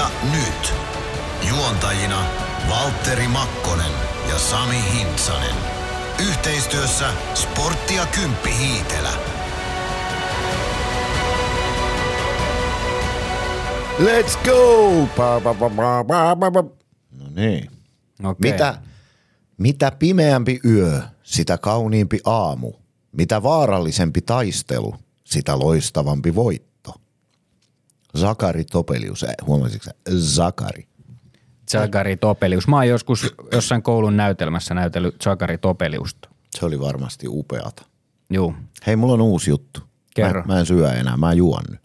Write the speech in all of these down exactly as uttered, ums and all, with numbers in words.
Sporttia nyt. Juontajina Valtteri Makkonen ja Sami Hintsanen. Yhteistyössä Sporttia Kymppi Hiitelä. Let's go! No niin. Okay. Mitä, mitä pimeämpi yö, sitä kauniimpi aamu. Mitä vaarallisempi taistelu, sitä loistavampi voitto. Sakari Topelius, huomasitko Sakari? Sakari Topelius. Mä oon joskus jossain koulun näytelmässä näytellyt Sakari Topeliusta. Se oli varmasti upeata. Juu. Hei, mulla on uusi juttu. Kerro. Mä, mä en syö enää, mä juon nyt.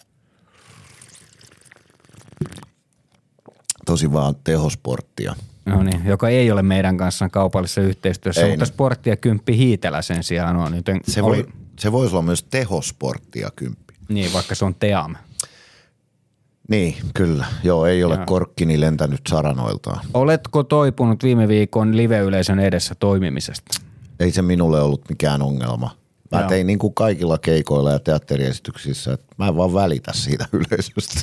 Tosi vaan tehosporttia. No niin, joka ei ole meidän kanssa kaupallisessa yhteistyössä, Ei mutta niin. Sporttia Kymppi Hiitelä sen sijaan on. Joten Se, oli, voi, se voisi olla myös tehosporttia kymppi. niin, vaikka se on Team. Niin, kyllä. Joo, ei ole Joo. korkkini lentänyt saranoiltaan. Oletko toipunut viime viikon live-yleisön edessä toimimisesta? Ei se minulle ollut mikään ongelma. Mä Joo. tein niin kuin kaikilla keikoilla ja teatteriesityksissä, että mä en vaan välitä siitä yleisöstä.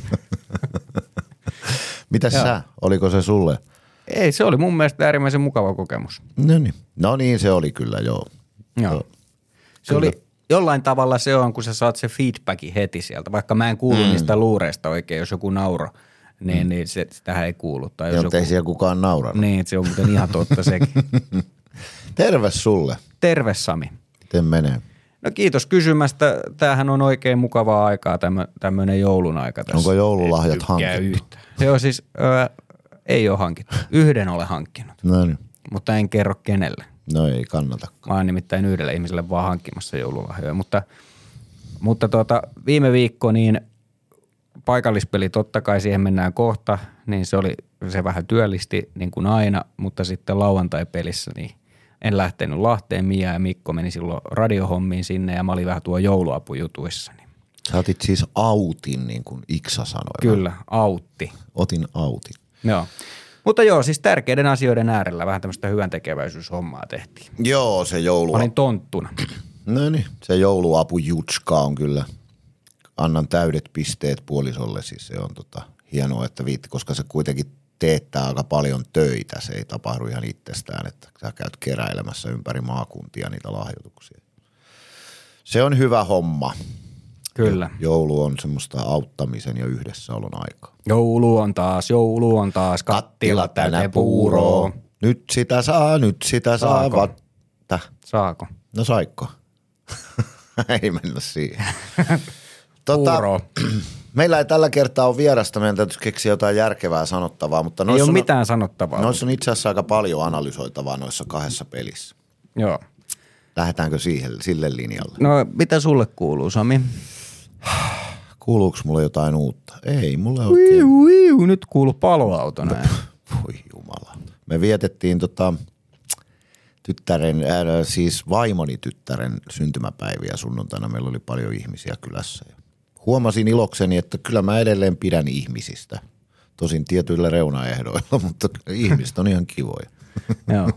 Mitäs Joo. sä? Oliko se sulle? Ei, se oli mun mielestä äärimmäisen mukava kokemus. No niin. No niin, se oli kyllä, joo. Joo. Joo. Se Kyllä. oli, jollain tavalla se on, kun sä saat se feedbacki heti sieltä, vaikka mä en kuulu mm. niistä luureista oikein, jos joku nauro, niin, mm. niin se, sitähän ei kuulu. Tai jos Joo, joku, ei siellä kukaan nauranut. niin, se on muuten ihan totta sekin. Terve sulle. Terve Sami. Miten menee? No kiitos kysymästä. Tämähän on oikein mukavaa aikaa, tämmöinen joulun aika tässä. Onko joululahjat En tykkää hankittu? yhtään. Se on siis, ö, ei ole hankittu. Yhden olen hankkinut, No niin. mutta en kerro kenelle. No ei kannata. Mä oon nimittäin yhdelle ihmiselle vaan hankkimassa joululahjoja, mutta, mutta tuota, viime viikko niin paikallispeli, totta kai siihen mennään kohta, niin se oli, se vähän työllisti niin kuin aina, mutta sitten lauantai-pelissä niin en lähtenyt Lahteen. Mia ja Mikko meni silloin radiohommiin sinne ja mä olin vähän tuo jouluapujutuissa. Niin. Sä otit siis autin, niin kuin Iksa sanoi. Kyllä, autti. Otin autin. Joo. Mutta joo, siis tärkeiden asioiden äärellä vähän tämmöistä hyvän tekeväisyyshommaa tehtiin. Joo, se joulu. Mä olin tonttuna. No niin, se jouluapu Jutska on kyllä. Annan täydet pisteet puolisolle, siis se on tota hienoa, että viitti, koska se kuitenkin teettää aika paljon töitä. Se ei tapahdu ihan itsestään, että sä käyt keräilemässä ympäri maakuntia niitä lahjoituksia. Se on hyvä homma. Kyllä. Joulu on semmoista auttamisen ja yhdessäolon aikaa. Joulu on taas, joulu on taas, kattila täyteen puuroa. Nyt sitä saa, nyt sitä saa. Saako? Vatta. Saako? No saikko? Ei mennä siihen. tota, Puuroa. meillä ei tällä kertaa ole vierasta, meidän täytyisi keksiä jotain järkevää sanottavaa, mutta Ei noissa ole on, mitään sanottavaa. noissa on itse asiassa aika paljon analysoitavaa noissa kahdessa pelissä. Joo. Lähdetäänkö siihen, sille linjalle? No mitä sulle kuuluu, Sami? Kuuluuko mulle jotain uutta? Ei, mulle oikein. Uiu, uiu, nyt kuuluu paloauto näin. Voi jumala. Me vietettiin tota tyttären, äh, siis vaimoni tyttären syntymäpäiviä sunnuntaina. Meillä oli paljon ihmisiä kylässä. Huomasin ilokseni, että kyllä mä edelleen pidän ihmisistä. Tosin tietyillä reunaehdoilla, mutta ihmiset on ihan kivoja. Joo.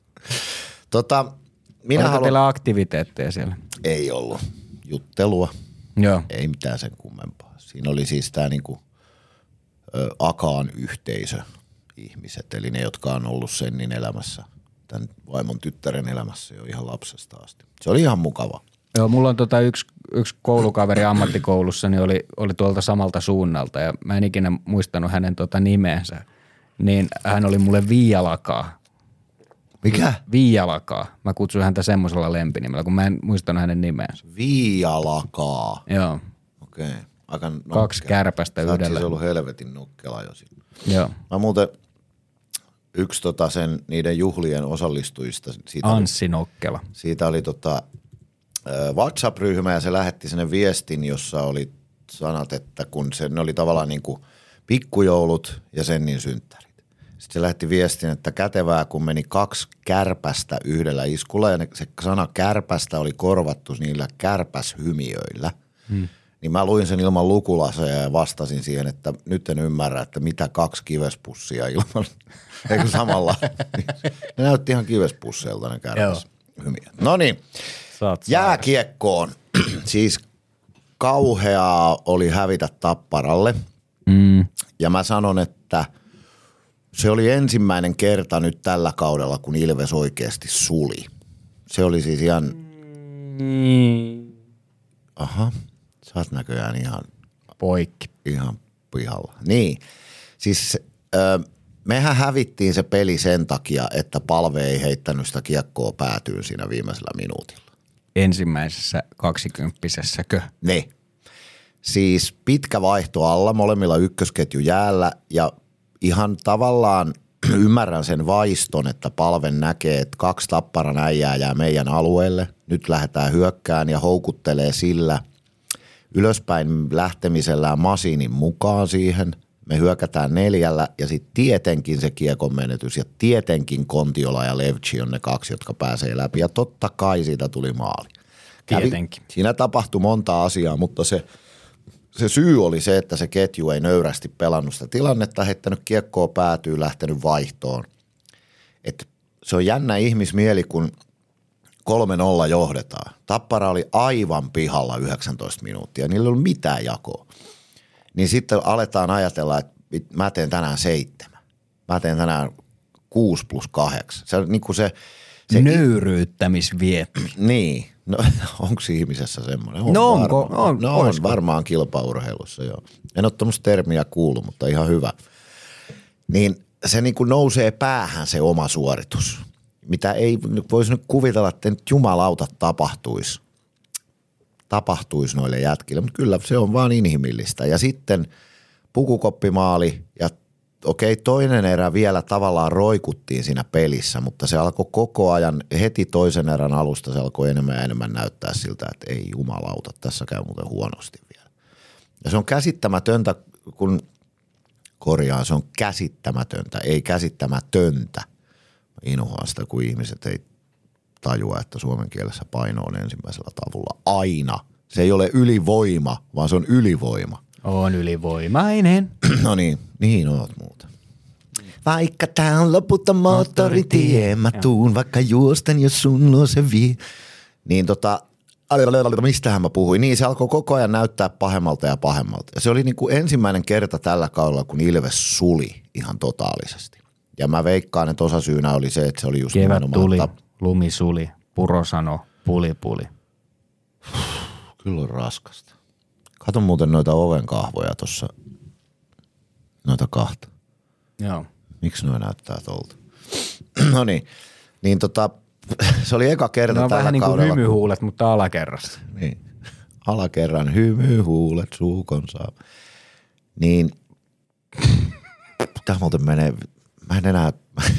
tota, minä Oliko haluan... teillä aktiviteetteja siellä? Ei ollut. Juttelua. Joo. Ei mitään sen kummempaa. Siinä oli siis tämä niinku ö, Akaan yhteisö ihmiset, eli ne, jotka on ollut Sennin elämässä, tämän vaimon tyttären elämässä jo ihan lapsesta asti. Se oli ihan mukava. Joo, mulla on tota yksi, yksi koulukaveri ammattikoulussa, niin oli, oli tuolta samalta suunnalta ja mä en ikinä muistanut hänen tota nimeensä. Niin hän oli mulle Viialakaa. Mikä? Viialakaa. Mä kutsuin häntä semmoisella lempinimellä, kun mä en muistanut hänen nimeensä. Viialakaa. Joo. Okei. Okay. Aika nokkela. Kaksi kärpästä Sä oot yhdellä. siis ollut helvetin nokkela jo siinä. Joo. Mä muuten yksi tota sen niiden juhlien osallistujista. Siitä Anssi Nokkela. Oli, siitä oli tota WhatsApp-ryhmä ja se lähetti sinne viestin, jossa oli sanat, että kun se, ne oli tavallaan niin kuin pikkujoulut ja Sennin synttärit. Sitten se lähti viestin, että kätevää, kun meni kaksi kärpästä yhdellä iskulla ja ne, se sana kärpästä oli korvattu niillä kärpäshymiöillä. Hmm. Niin mä luin sen ilman lukulaseja ja vastasin siihen, että nyt en ymmärrä, että mitä kaksi kivespussia ilman, eikö samalla. Ne näytti ihan kivespusseilta ne kärpäshymiöt. No niin, jääkiekkoon. Siis kauheaa oli hävitä Tapparalle. Mm. Ja mä sanon, että se oli ensimmäinen kerta nyt tällä kaudella, kun Ilves oikeasti suli. Se oli siis ihan... Mm. Aha, sä oot näköjään ihan... Poikki. Ihan pihalla. Niin, siis ö, mehän hävittiin se peli sen takia, että Palve ei heittänyt sitä kiekkoa päätyyn siinä viimeisellä minuutilla. Ensimmäisessä kaksikymppisessäkö? Ne. Siis pitkä vaihto alla, molemmilla ykkösketju jäällä ja ihan tavallaan ymmärrän sen vaiston, että Palve näkee, että kaksi Tapparan äijää jää meidän alueelle. Nyt lähdetään hyökkään ja houkuttelee sillä ylöspäin lähtemisellään Masinin mukaan siihen. Me hyökätään neljällä ja sitten tietenkin se kiekon menetys ja tietenkin Kontiola ja Levci on ne kaksi, jotka pääsee läpi ja totta kai siitä tuli maali. Tietenkin. Kävi, siinä tapahtui monta asiaa, mutta se, se syy oli se, että se ketju ei nöyrästi pelannut sitä tilannetta, heittänyt kiekkoa päätyy, lähtenyt vaihtoon. Et se on jännä ihmismieli, kun kolme nolla johdetaan. Tappara oli aivan pihalla yhdeksäntoista minuuttia, niillä ei ollut mitään jakoa. Niin sitten aletaan ajatella, että mä teen tänään seitsemän. Mä teen tänään kuusi plus kahdeksan. Se on niin kuin se... se Nöyryyttämisvietti. Niin. No onko ihmisessä semmoinen? On no onko? Varmaan. On, no on varmaan kilpaurheilussa, joo. En ole tuommoista termiä kuullut, mutta ihan hyvä. Niin se niin kuin nousee päähän se oma suoritus, mitä ei voisi nyt kuvitella, että nyt jumalauta tapahtuisi. Tapahtuisi noille jätkille, mutta kyllä se on vaan inhimillistä. Ja sitten pukukoppimaali ja okei, toinen erä vielä tavallaan roikuttiin siinä pelissä, mutta se alkoi koko ajan, heti toisen erän alusta se alkoi enemmän ja enemmän näyttää siltä, että ei jumalauta, tässä käy muuten huonosti vielä. Ja se on käsittämätöntä, kun korjaan, se on käsittämätöntä, ei käsittämätöntä. Mä inhoan sitä, kun ihmiset ei tajua, että suomen kielessä paino on ensimmäisellä tavulla aina. Se ei ole ylivoima, vaan se on ylivoima. On ylivoimainen. No niin, niin oot muuta. Vaikka tää on loputon moottoritie, mä tuun vaikka juosten, jos sun luo se vie. Niin tota, mistähän mä puhuin? Niin se alkoi koko ajan näyttää pahemmalta ja pahemmalta. Ja se oli niin kuin ensimmäinen kerta tällä kaudella, kun Ilves suli ihan totaalisesti. Ja mä veikkaan, että osasyynä oli se, että se oli just kevät tuli, että... lumi suli, puro sano, puli puli. Kyllä on raskasta. Kato muuten noita ovenkahvoja tuossa, noita kahta. Joo. Miksi nuo näyttää tolta? No niin, niin tota, se oli eka kerta no, tällä vähän niin kuin kaudella. hymyhuulet, mutta alakerrassa. Niin, alakerran hymyhuulet suukon saa. Niin, tää muuten menee, mä en enää,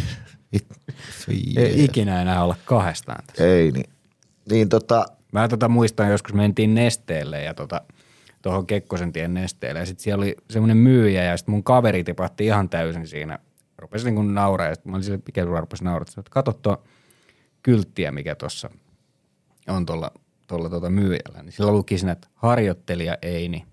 ei ikinä enää olla kahdestaan tässä. Ei niin, niin tota. Mä tota muistan, joskus mentiin Nesteelle ja tota, tuohon Kekkosentien Nesteelle ja sitten siellä oli semmoinen myyjä ja sitten mun kaveri tipahti ihan täysin siinä. Rupesi niin kuin nauraa ja sitten mä olin sille, mikä sulla rupesi nauraa, että kato tuo kylttiä, mikä tuossa on tuolla, tuolla tuota myyjällä. Niin sillä luki siinä, että harjoittelija Eini.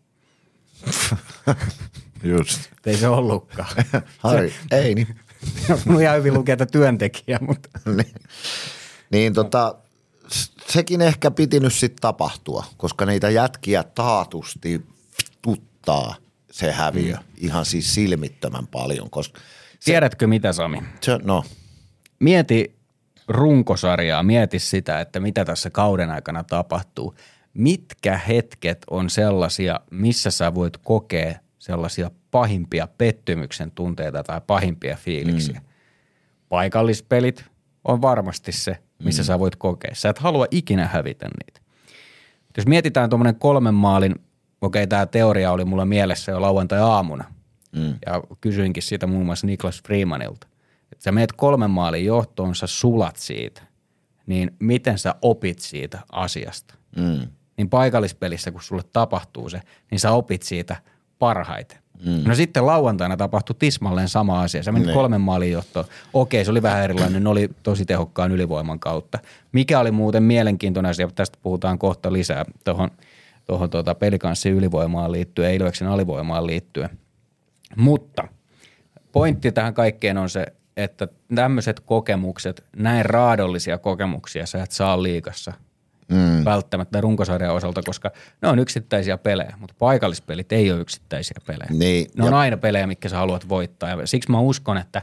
Just. Ei se ollutkaan. Harri, Eini. Mun ihan hyvin lukee, että työntekijä, mutta. niin, niin tota. Sekin ehkä piti nyt sitten tapahtua, koska niitä jätkiä taatusti tuttaa se häviö mm. ihan siis silmittömän paljon. Koska se, tiedätkö mitä, Sami? Se, no. Mieti runkosarjaa, mieti sitä, että mitä tässä kauden aikana tapahtuu. Mitkä hetket on sellaisia, missä sä voit kokea sellaisia pahimpia pettymyksen tunteita tai pahimpia fiiliksiä? Mm. Paikallispelit on varmasti se, missä mm. sä voit kokea. Sä et halua ikinä hävitä niitä. Jos mietitään tuommoinen kolmen maalin, okei tämä teoria oli mulla mielessä jo lauantai-aamuna. Mm. Ja kysyinkin siitä muun muassa Niklas Freemanilta. Että sä meet kolmen maalin johtoon, sä sulat siitä. Niin miten sä opit siitä asiasta? Mm. Niin paikallispelissä, kun sulle tapahtuu se, niin sä opit siitä parhaiten. Mm. No sitten lauantaina tapahtui tismalleen sama asia. Sä menit ne. kolmen maalin johtoon. Okei, se oli vähän erilainen. Ne oli tosi tehokkaan ylivoiman kautta. Mikä oli muuten mielenkiintoinen asia, tästä puhutaan kohta lisää tuohon tohon tuota pelikanssin ylivoimaan liittyen, Ilveksen alivoimaan liittyen. Mutta pointti tähän kaikkeen on se, että tämmöiset kokemukset, näin raadollisia kokemuksia sä et saa liigassa mm. välttämättä runkosarjan osalta, koska ne on yksittäisiä pelejä, mutta paikallispelit ei ole yksittäisiä pelejä. Niin, ne on aina pelejä, mitkä sä haluat voittaa ja siksi mä uskon, että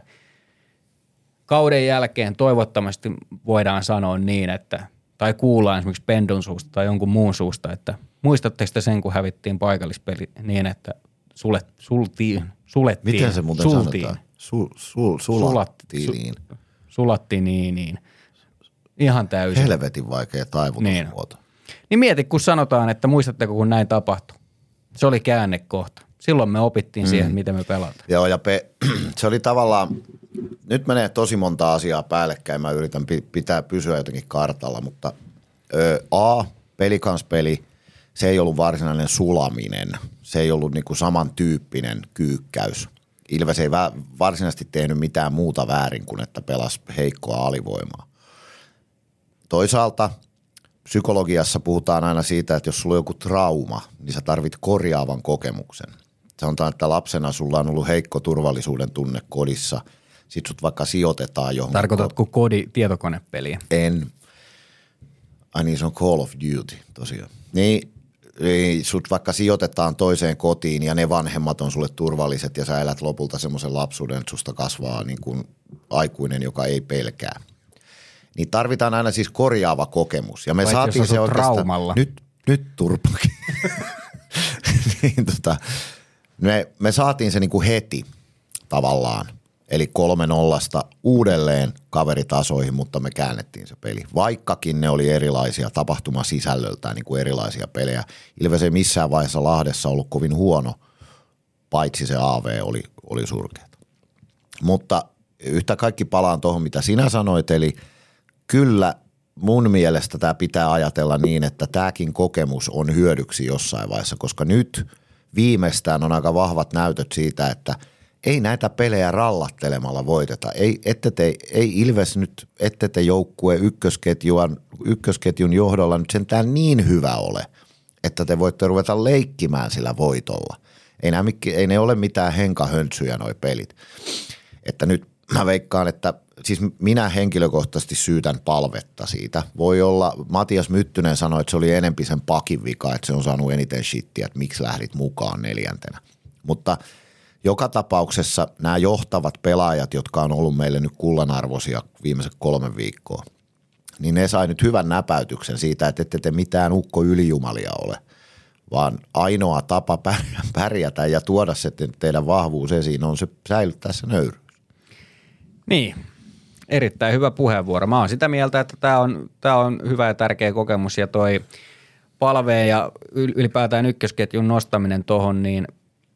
kauden jälkeen toivottavasti voidaan sanoa niin, että tai kuullaan esimerkiksi Pendun suusta tai jonkun muun suusta, että muistatteko te sen, kun hävittiin paikallispeli niin, että sulet, sultiin, sulettiin. Miten se muuten sultiin. sanotaan? Sul, sul, sulattiin. Su, sulattiin niin, niin. Ihan täysin. Helvetin vaikea taivutusmuoto. Niin. niin mieti, kun sanotaan, että muistatteko, kun näin tapahtui. Se oli käännekohta. Silloin me opittiin mm. siihen, miten me pelataan. Joo, ja pe- se oli tavallaan, nyt menee tosi monta asiaa päällekkäin. Mä yritän pitää pysyä jotenkin kartalla, mutta ö, A, pelikanspeli, se ei ollut varsinainen sulaminen. Se ei ollut niinku samantyyppinen kyykkäys. Ilves ei varsinaisesti tehnyt mitään muuta väärin kuin, että pelasi heikkoa alivoimaa. Toisaalta psykologiassa puhutaan aina siitä, että jos sulla on joku trauma, niin sä tarvit korjaavan kokemuksen. Sanotaan, että lapsena sulla on ollut heikko turvallisuuden tunne kodissa. Sitten sut vaikka sijoitetaan johonkin. Tarkoitatko kodi tietokonepeliä? En. Ai niin, se on Call of Duty tosiaan. Niin, niin sut vaikka sijoitetaan toiseen kotiin ja ne vanhemmat on sulle turvalliset ja sä elät lopulta semmoisen lapsuuden, että susta kasvaa niin kuin aikuinen, joka ei pelkää. Niin tarvitaan aina siis korjaava kokemus. Ja me Vai saatiin se oikeastaan. Traumalla. Nyt, nyt turpakin. niin tota, me, me saatiin se niinku heti tavallaan. Eli kolme nollasta uudelleen kaveritasoihin, mutta me käännettiin se peli. Vaikkakin ne oli erilaisia tapahtumasisällöltään, niin kuin erilaisia pelejä. Ilves ei missään vaiheessa Lahdessa ollut kovin huono, paitsi se A V oli, oli surkeata. Mutta yhtä kaikki palaan tuohon, mitä sinä sanoit, eli kyllä mun mielestä tämä pitää ajatella niin, että tämäkin kokemus on hyödyksi jossain vaiheessa, koska nyt viimeistään on aika vahvat näytöt siitä, että ei näitä pelejä rallattelemalla voiteta. Ei, ette te, ei Ilves nyt, ette te joukkue ykkösketjun, ykkösketjun johdolla nyt sentään niin hyvä ole, että te voitte ruveta leikkimään sillä voitolla. Ei, nämä, ei ne ole mitään henkahöntsyjä noi pelit. Että nyt mä veikkaan, että siis minä henkilökohtaisesti syytän Palvetta siitä. Voi olla, Matias Myttynen sanoi, että se oli enempi sen pakin vika, että se on saanut eniten shittiä, että miksi lähdit mukaan neljäntenä. Mutta joka tapauksessa nämä johtavat pelaajat, jotka on ollut meille nyt kullanarvoisia viimeiset kolme viikkoa, niin ne sai nyt hyvän näpäytyksen siitä, että ette te mitään ukko ylijumalia ole, vaan ainoa tapa pärjätä ja tuoda se teidän vahvuus esiin on se säilyttää se nöyryys. Niin, erittäin hyvä puheenvuoro. Mä oon sitä mieltä, että tämä on, tää on hyvä ja tärkeä kokemus ja toi Palveen ja ylipäätään ykkösketjun nostaminen tohon, niin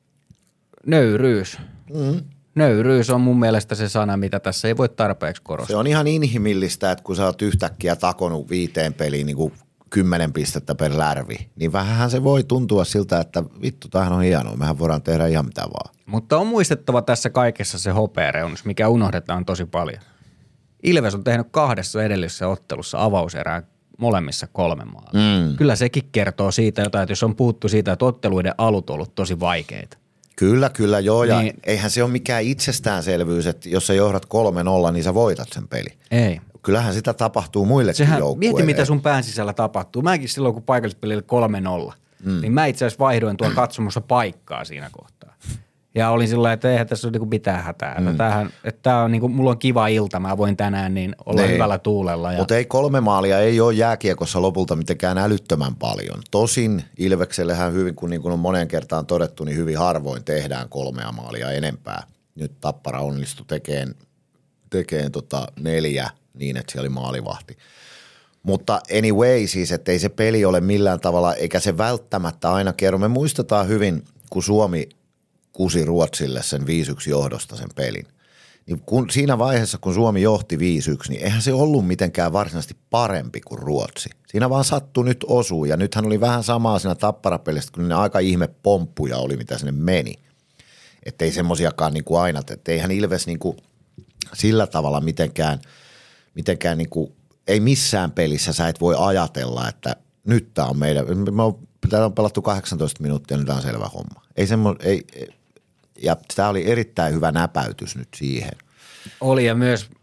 nöyryys. Mm. Nöyryys on mun mielestä se sana, mitä tässä ei voi tarpeeksi korostaa. Se on ihan inhimillistä, että kun sä oot yhtäkkiä takonut viiteen peliin niin kuin kymmenen pistettä per lärvi, niin vähänhän se voi tuntua siltä, että vittu, tämähän on hienoa, mehän voidaan tehdä ihan mitä vaan. Mutta on muistettava tässä kaikessa se hopeareunus, mikä unohdetaan tosi paljon. Ilves on tehnyt kahdessa edellisessä ottelussa avauserää molemmissa kolme maalia. Mm. Kyllä sekin kertoo siitä jotain, että jos on puhuttu siitä, että otteluiden alut on ollut tosi vaikeita. Kyllä, kyllä, joo, ja niin, eihän se ole mikään itsestäänselvyys, että jos sä johdat kolme nolla, niin sä voitat sen peli. Ei. Kyllähän sitä tapahtuu muillekin Sehän, joukkueille. Mieti, mitä sun pään sisällä tapahtuu. Mäkin silloin, kun paikallispeli oli kolme nolla, mm. niin mä itse asiassa vaihdoin tuon katsomussa paikkaa siinä kohtaa. Ja olin sillä että eihän tässä ole niinku mitään hätää. Mm. Tämähän, että tää on niinku, mulla on kiva ilta, mä voin tänään niin olla ne. hyvällä tuulella. Ja mutta ei kolme maalia, ei ole jääkiekossa lopulta mitenkään älyttömän paljon. Tosin Ilveksellähän hyvin, kun niin kuin on moneen kertaan todettu, niin hyvin harvoin tehdään kolmea maalia enempää. Nyt Tappara onnistui tekemään, tekemään tota neljä niin, että siellä oli maalivahti. Mutta anyway siis, että ei se peli ole millään tavalla, eikä se välttämättä aina kerro. Me muistetaan hyvin, kun Suomi kusi Ruotsille sen viisi yksi johdosta sen pelin. Niin kun, siinä vaiheessa, kun Suomi johti viisi yksi, niin eihän se ollut mitenkään varsinaisesti parempi kuin Ruotsi. Siinä vaan sattui nyt osuu, ja nythän oli vähän samaa siinä Tapparapelistä, kun ne aika ihme pomppuja oli, mitä sinne meni. Että ei semmoisiakaan niin kuin aina, että eihän Ilves niin kuin sillä tavalla mitenkään, mitenkään niin kuin, ei missään pelissä sä et voi ajatella, että nyt tää on meidän, me on, täällä on pelattu kahdeksantoista minuuttia, niin tää on selvä homma. Ei semmo, ei, ja tämä oli erittäin hyvä näpäytys nyt siihen. Oli ja myös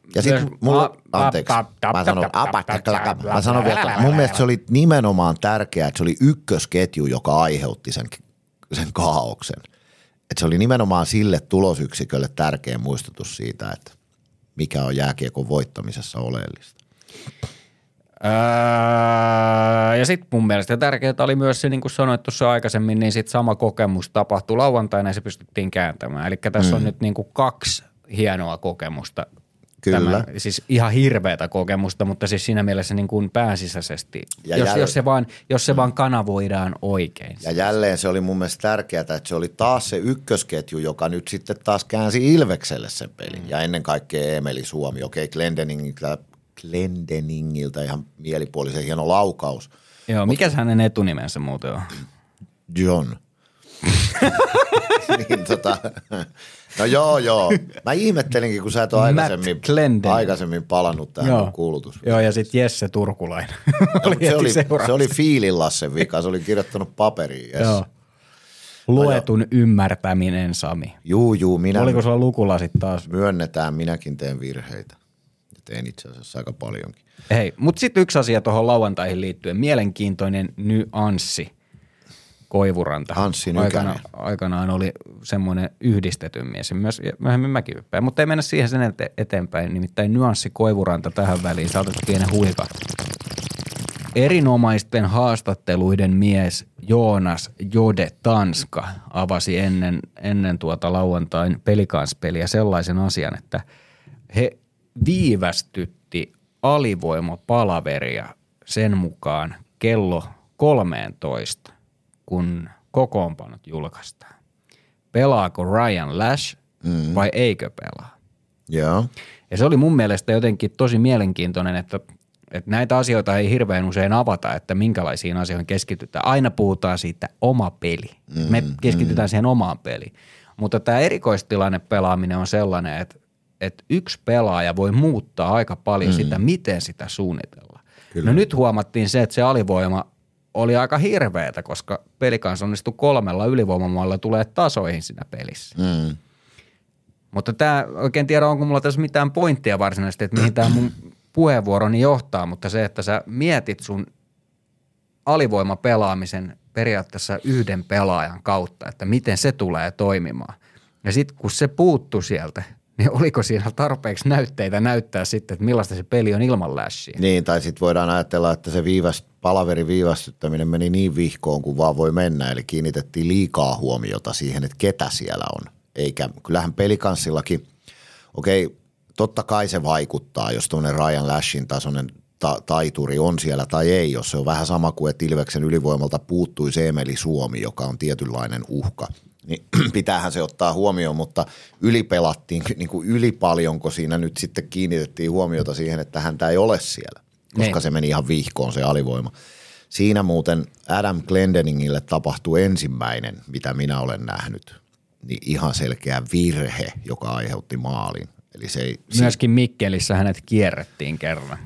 Ja sitten mulla, anteeksi, mä sanon, mä sanon vielä, mun mielestä se oli nimenomaan tärkeää, että se oli ykkösketju, joka aiheutti sen, sen kaaoksen. Että se oli nimenomaan sille tulosyksikölle tärkeä muistutus siitä, että mikä on jääkiekon voittamisessa oleellista. Öö, ja sitten mun mielestä tärkeää oli myös se, niin kuin sanoit tuossa aikaisemmin, niin sitten sama kokemus tapahtui lauantaina ja se pystyttiin kääntämään. Eli tässä mm. on nyt niin kuin kaksi hienoa kokemusta. Kyllä. Tämä, siis ihan hirveätä kokemusta, mutta siis siinä mielessä niin kuin pääsisäisesti, jos, jäl... jos, se vaan, jos se vaan kanavoidaan oikein. Ja jälleen se oli mun mielestä tärkeää, että se oli taas se ykkösketju, joka nyt sitten taas käänsi Ilvekselle sen pelin. Mm. Ja ennen kaikkea Emeli Suomi, okei okay, Glendeningiltä, Glendeningiltä ihan mielipuolisen hieno laukaus. Joo, Mut... mikäs hänen etunimensä muuten on? John. niin, tota, no joo, joo. Mä ihmettelinkin, kun sä et ole aikaisemmin, aikaisemmin palannut tähän joo. kuulutus. Joo, ja sitten Jesse Turkulainen. oli se, oli, se oli Fiilin Lassen vika, se oli kirjoittanut paperiin. Yes. Joo. Luetun no ymmärtäminen, Sami. Juu, juu. Minä Oliko sulla lukulasit taas? Myönnetään, minäkin teen virheitä. Ja teen itse asiassa aika paljonkin. Hei, mutta sitten yksi asia tuohon lauantaihin liittyen. Mielenkiintoinen nyanssi. Koivuranta. Anssi Aikana, aikanaan oli semmoinen yhdistetyn mies, myös myöhemmin Mäkihyppää, mutta ei mennä siihen sen ete- eteenpäin. Nimittäin nyanssi Koivuranta tähän väliin, saatat pienen huikan. Erinomaisten haastatteluiden mies Joonas Jode Tanska avasi ennen, ennen tuota lauantain Pelicans-peliä sellaisen asian, että he viivästytti alivoimapalaveria sen mukaan kello kolmeentoista. Kun kokoonpanot julkaistaan. Pelaako Ryan Lash mm. vai eikö pelaa? Joo. Ja se oli mun mielestä jotenkin tosi mielenkiintoinen, että, että näitä asioita ei hirveän usein avata, että minkälaisiin asioihin keskitytään. Aina puhutaan siitä oma peli. Mm. Me keskitytään mm. siihen omaan peliin. Mutta tämä erikoistilanne pelaaminen on sellainen, että, että yksi pelaaja voi muuttaa aika paljon mm. sitä, miten sitä suunnitellaan. Kyllä. No nyt huomattiin se, että se alivoima oli aika hirveätä, koska Pelicans onnistui kolmella ylivoimamaalla tulee tasoihin siinä pelissä. Mm. Mutta tämä, oikein tiedä, onko mulla tässä mitään pointtia varsinaisesti, että mihin tämä mun puheenvuoroni johtaa, mutta se, että sä mietit sun alivoimapelaamisen periaatteessa yhden pelaajan kautta, että miten se tulee toimimaan. Ja sitten kun se puuttui sieltä, niin oliko siinä tarpeeksi näytteitä näyttää sitten, että millaista se peli on ilman Lashia? Niin, tai sitten voidaan ajatella, että se viiväst, palaverin viivästyttäminen meni niin vihkoon kuin vaan voi mennä, eli kiinnitettiin liikaa huomiota siihen, että ketä siellä on. Eikä, kyllähän Pelicansillakin, okei, totta kai se vaikuttaa, jos tuonne Ryan Lashin tasoinen ta- taituri on siellä tai ei, jos se on vähän sama kuin, että Ilveksen ylivoimalta puuttui se Emeli Suomi, joka on tietynlainen uhka. Niin pitäähän se ottaa huomioon, mutta ylipelattiin niin kuin yli paljonko siinä nyt sitten kiinnitettiin huomiota siihen, että häntä ei ole siellä, koska ne. Se meni ihan vihkoon se alivoima. Siinä muuten Adam Glendeningille tapahtui ensimmäinen, mitä minä olen nähnyt, niin ihan selkeä virhe, joka aiheutti maalin. Eli se ei, myöskin Mikkelissä hänet kierrettiin kerran.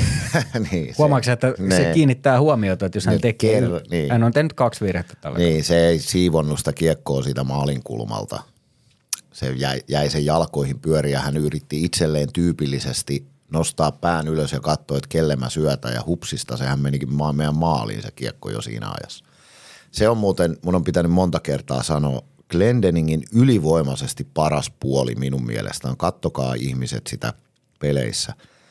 niin, Huomaatko, että ne, se kiinnittää huomiota, että jos hän tekee, ker- niin. hän on tehnyt kaksi virhettä tällä Niin, se ei siivonnut sitä kiekkoa siitä maalin kulmalta. Se jäi, jäi sen jalkoihin pyöriä, hän yritti itselleen tyypillisesti nostaa pään ylös ja katsoa, että kelle mä syötän ja hupsista sehän menikin ma- meidän maaliin se kiekko jo siinä ajassa. Se on muuten, mun on pitänyt monta kertaa sanoa, Glendeningin ylivoimaisesti paras puoli minun mielestään. Kattokaa ihmiset sitä peleissä.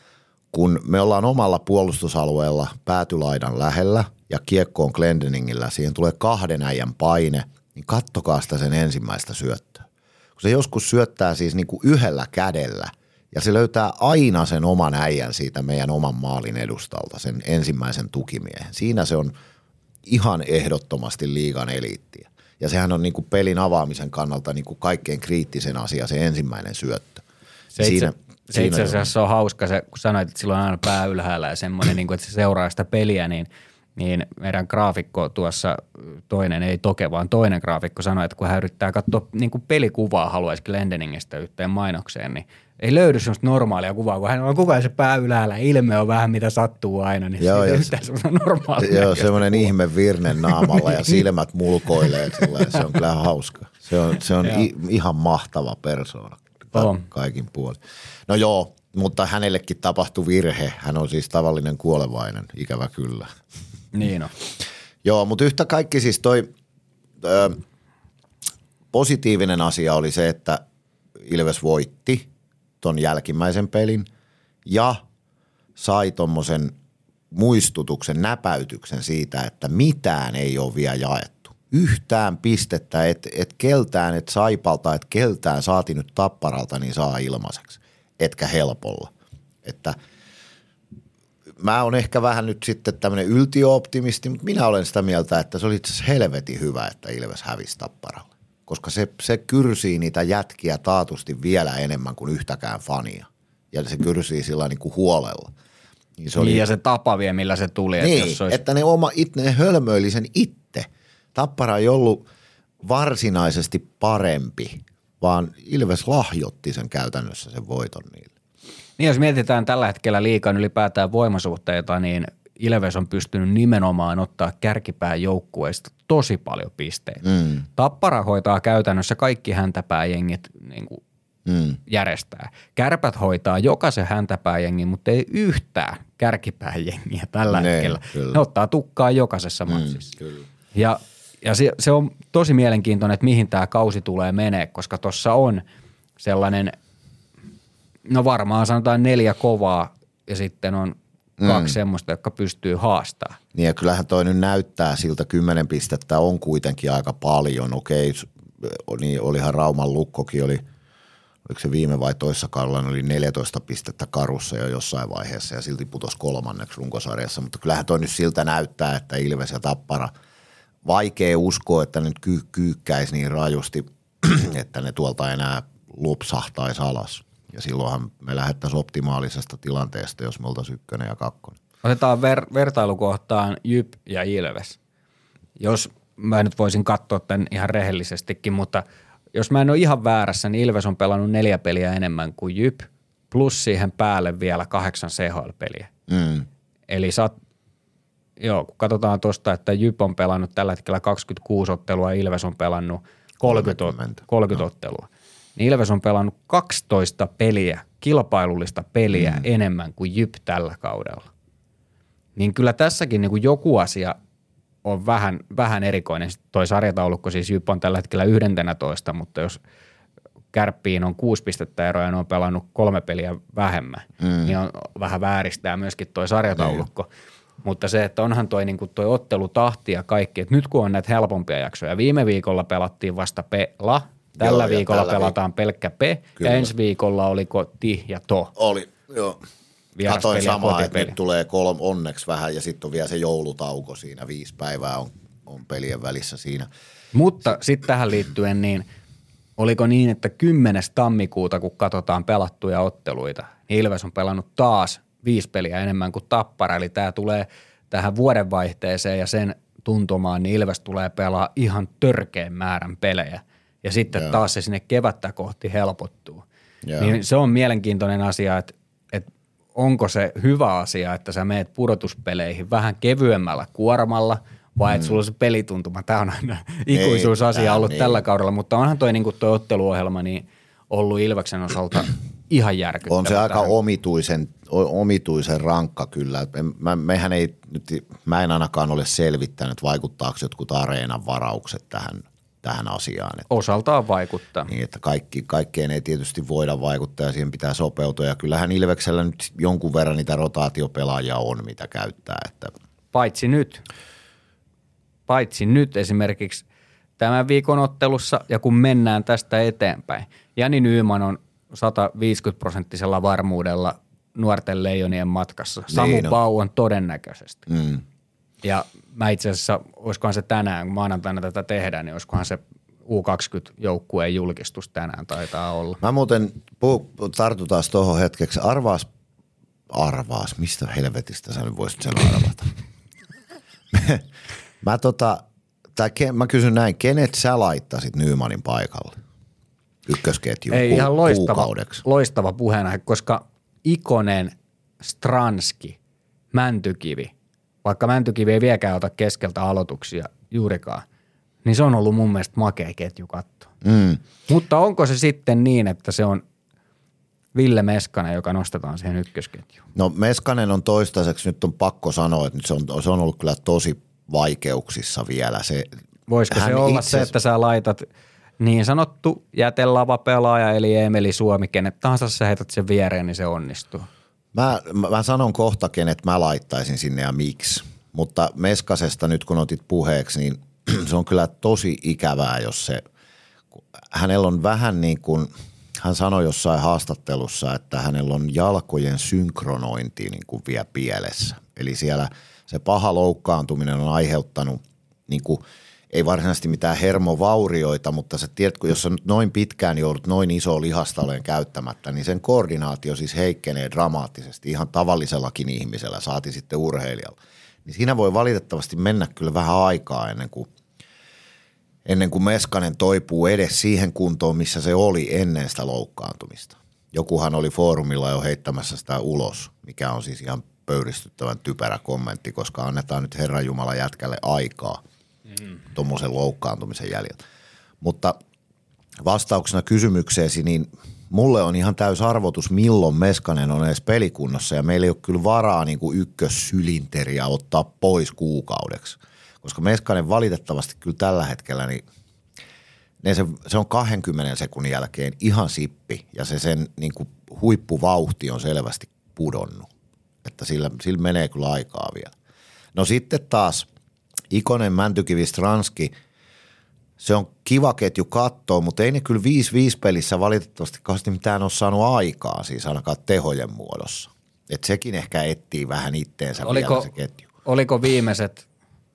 Kun me ollaan omalla puolustusalueella päätylaidan lähellä ja kiekko on Glendeningillä, siihen tulee kahden äijän paine, niin kattokaa sitä sen ensimmäistä syöttöä. Kun se joskus syöttää siis niin kuin yhdellä kädellä ja se löytää aina sen oman äijän siitä meidän oman maalin edustalta, sen ensimmäisen tukimiehen. Siinä se on ihan ehdottomasti liigan eliittiä. Ja sehän on niin kuin pelin avaamisen kannalta niin kuin kaikkein kriittisen asia, se ensimmäinen syöttö. Se, siinä, itse, se siinä itse asiassa on hauska, se, kun sanoit, että silloin on aina pää ylhäällä ja semmoinen, niin kuin, että se seuraa sitä peliä, niin, niin meidän graafikko tuossa, toinen ei toke, vaan toinen graafikko sanoi, että kun hän yrittää katsoa niin kuin pelikuvaa, haluaisi Glendeningistä yhteen mainokseen, niin ei löydy semmoista normaalia kuvaa, kun hän on kuvaa se pää ylhäällä, ilme on vähän mitä sattuu aina, niin joo, se ei yhtään semmoista normaalia. Joo, semmoinen ihme virne naamalla ja silmät mulkoilee, se on kyllä hauska. Se on, se on i, ihan mahtava persoona ka- kaikin puolin. No joo, mutta hänellekin tapahtui virhe. Hän on siis tavallinen kuolevainen, ikävä kyllä. Niin on. Joo, mutta yhtä kaikki siis toi ö, positiivinen asia oli se, että Ilves voitti ton jälkimmäisen pelin ja sai tommosen muistutuksen, näpäytyksen siitä, että mitään ei ole vielä jaettu. Yhtään pistettä, et, et keltään, et Saipalta, et keltään saati nyt Tapparalta, niin saa ilmaiseksi, etkä helpolla. Että mä oon ehkä vähän nyt sitten tämmöinen yltiöoptimisti, mutta minä olen sitä mieltä, että se oli itse asiassa helvetin hyvä, että Ilves hävisi Tapparalle. Koska se, se kyrsii niitä jätkiä taatusti vielä enemmän kuin yhtäkään fania. Ja se kyrsii sillä niin kuin huolella. Niin, se oli, niin ja se tapa vielä, millä se tuli. Niin, että, jos olisi... että ne, oma, it, ne hölmöili sen itse. Tappara ei ollut varsinaisesti parempi, vaan Ilves lahjoitti sen käytännössä sen voiton niille. Niin jos mietitään tällä hetkellä liigan ylipäätään voimasuhteita, niin Ilves on pystynyt nimenomaan ottaa kärkipään joukkueista tosi paljon pisteitä. Mm. Tappara hoitaa käytännössä kaikki häntäpääjengit niin kuin mm. järjestää. Kärpät hoitaa jokaisen häntäpääjengin, mutta ei yhtään kärkipääjengiä tällä ne, hetkellä. Kyllä. Ne ottaa tukkaa jokaisessa matsissa. Mm, kyllä. Ja, ja se, se on tosi mielenkiintoinen, että mihin tämä kausi tulee menee, koska tuossa on sellainen, no varmaan sanotaan neljä kovaa ja sitten on kaksi mm. semmoista, jotka pystyy haastamaan. Niin ja kyllähän toi nyt näyttää siltä, kymmenen pistettä on kuitenkin aika paljon. Okei, niin olihan Rauman Lukkokin, oli, oliko se viime vai toissa kaudella, oli neljätoista pistettä karussa jo jossain vaiheessa ja silti putosi kolmanneksi runkosarjassa. Mutta kyllähän toi nyt siltä näyttää, että Ilves ja Tappara, vaikea uskoa, että nyt ky- kyykkäisi niin rajusti, että ne tuolta enää lupsahtaisi alas. Ja silloinhan me lähdettäisiin optimaalisesta tilanteesta, jos me oltaisiin ykkönen ja kakkonen. Otetaan ver- vertailukohtaan Jyp ja Ilves. Jos mä nyt voisin katsoa tämän ihan rehellisestikin, mutta jos mä en ole ihan väärässä, niin Ilves on pelannut neljä peliä enemmän kuin Jyp, plus siihen päälle vielä kahdeksan C H L-peliä. Mm. Eli sä oot, joo, kun katsotaan tuosta, että Jyp on pelannut tällä hetkellä kaksikymmentäkuusi ottelua ja Ilves on pelannut kolmekymmentä, kolmekymmentä no. ottelua. Niin Ilves on pelannut kaksitoista peliä, kilpailullista peliä mm. enemmän kuin Jyp tällä kaudella. Niin kyllä tässäkin niin kuin joku asia on vähän, vähän erikoinen. Sitten toi sarjataulukko, siis Jyp on tällä hetkellä yhdentenätoista, mutta jos Kärppiin on kuusi pistettä eroa ja ne on pelannut kolme peliä vähemmän, mm. niin on vähän vääristää myöskin toi sarjataulukko. Mm. Mutta se, että onhan toi, niin kuin toi ottelutahti ja kaikki, että nyt kun on näitä helpompia jaksoja, viime viikolla pelattiin vasta pela, tällä joo, viikolla tällä pelataan viik- pelkkä P kyllä. Ja ensi viikolla oliko Ti ja To. Oli, joo. Katoin samaa, että nyt tulee kolme onneksi vähän ja sitten on vielä se joulutauko siinä, viisi päivää on, on pelien välissä siinä. Mutta sitten tähän liittyen, niin oliko niin, että kymmenes tammikuuta, kun katsotaan pelattuja otteluita, niin Ilves on pelannut taas viisi peliä enemmän kuin Tappara, eli tämä tulee tähän vuodenvaihteeseen ja sen tuntumaan, niin Ilves tulee pelaa ihan törkeän määrän pelejä. Ja sitten Joo. taas se sinne kevättä kohti helpottuu. Joo. Niin se on mielenkiintoinen asia, että, että onko se hyvä asia, että sä meet pudotuspeleihin vähän kevyemmällä kuormalla vai mm. että sulla on se pelituntuma. Tämä on aina ikuisuusasia ollut niin. tällä kaudella, mutta onhan toi, niin kuin toi otteluohjelma niin ollut Ilveksen osalta ihan järkyttävä. On se aika omituisen, omituisen rankka kyllä. Mä, mehän ei, nyt, mä en ainakaan ole selvittänyt, vaikuttaako jotkut areenan varaukset tähän tähän asiaan. Että, osaltaan vaikuttaa. Niin, että kaikki, kaikkeen ei tietysti voida vaikuttaa ja siihen pitää sopeutua. Ja kyllähän Ilveksellä nyt jonkun verran niitä rotaatiopelaajia on, mitä käyttää. Että. Paitsi nyt. Paitsi nyt esimerkiksi tämän viikon ottelussa ja kun mennään tästä eteenpäin. Jani Nyyman on sata viisikymmentä prosenttisella varmuudella nuorten leijonien matkassa. Samu niin Pau on todennäköisesti. Mm. Ja mä itse asiassa, olisikohan se tänään, kun maanantaina tätä tehdään, niin olisikohan se U kaksikymmentä-joukkueen julkistus tänään taitaa olla. Mä muuten, pu- tartutaan tuohon hetkeksi, arvaas, arvaas, mistä helvetistä sä nyt voisit sen arvata? mä, tota, tai ke, mä kysyn näin, kenet sä laittasit Nymanin paikalle ykkösketjuun Ei ku- ihan loistava, kuukaudeksi? loistava puheenaihe, koska Ikonen, Stranski, Mäntykivi, vaikka Mäntykivi ei vieläkään ota keskeltä aloituksia juurikaan, niin se on ollut mun mielestä makea ketju katsoa. Mm. Mutta onko se sitten niin, että se on Ville Meskanen, joka nostetaan siihen ykkösketjuun? No Meskanen on toistaiseksi, nyt on pakko sanoa, että nyt se on, se on ollut kyllä tosi vaikeuksissa vielä. Se, Voisiko se olla itse... se, että sä laitat niin sanottu jätelavapelaaja eli Emeli Suomi, kenet tahansa sä heität sen viereen, niin se onnistuu? Mä, mä sanon kohta, kenet mä laittaisin sinne ja miksi, mutta Meskasesta nyt kun otit puheeksi, niin se on kyllä tosi ikävää, jos se, hänellä on vähän niin kuin, hän sanoi jossain haastattelussa, että hänellä on jalkojen synkronointi niin kuin vielä pielessä. Eli siellä se paha loukkaantuminen on aiheuttanut niin kuin, ei varsinaisesti mitään hermovaurioita, mutta sä tiedät, kun jos sä nyt noin pitkään joudut noin iso lihasta olen käyttämättä, niin sen koordinaatio siis heikkenee dramaattisesti ihan tavallisellakin ihmisellä, saati sitten urheilijalla. Niin siinä voi valitettavasti mennä kyllä vähän aikaa ennen kuin, ennen kuin Meskanen toipuu edes siihen kuntoon, missä se oli ennen sitä loukkaantumista. Jokuhan oli foorumilla jo heittämässä sitä ulos, mikä on siis ihan pöyristyttävän typerä kommentti, koska annetaan nyt Herran Jumala jätkälle aikaa mm. tuommoisen loukkaantumisen jäljiltä. Mutta vastauksena kysymykseesi, niin mulle on ihan täys arvotus, milloin Meskanen on edes pelikunnossa ja meillä ei ole kyllä varaa niin kuin ykkössylinteriä ottaa pois kuukaudeksi. Koska Meskanen valitettavasti kyllä tällä hetkellä, niin se, se on kahdenkymmenen sekunnin jälkeen ihan sippi ja se sen niin kuin huippuvauhti on selvästi pudonnut. Että sillä, sillä menee kyllä aikaa vielä. No sitten taas Ikonen, Mäntykivi, Stranski, se on kiva ketju katsoa, mutta ei ne kyllä viisi viisi pelissä valitettavasti kauheasti mitään ole saanut aikaa, siis ainakaan tehojen muodossa. Että sekin ehkä etsii vähän itteensä oliko, vielä se ketju. Oliko viimeiset,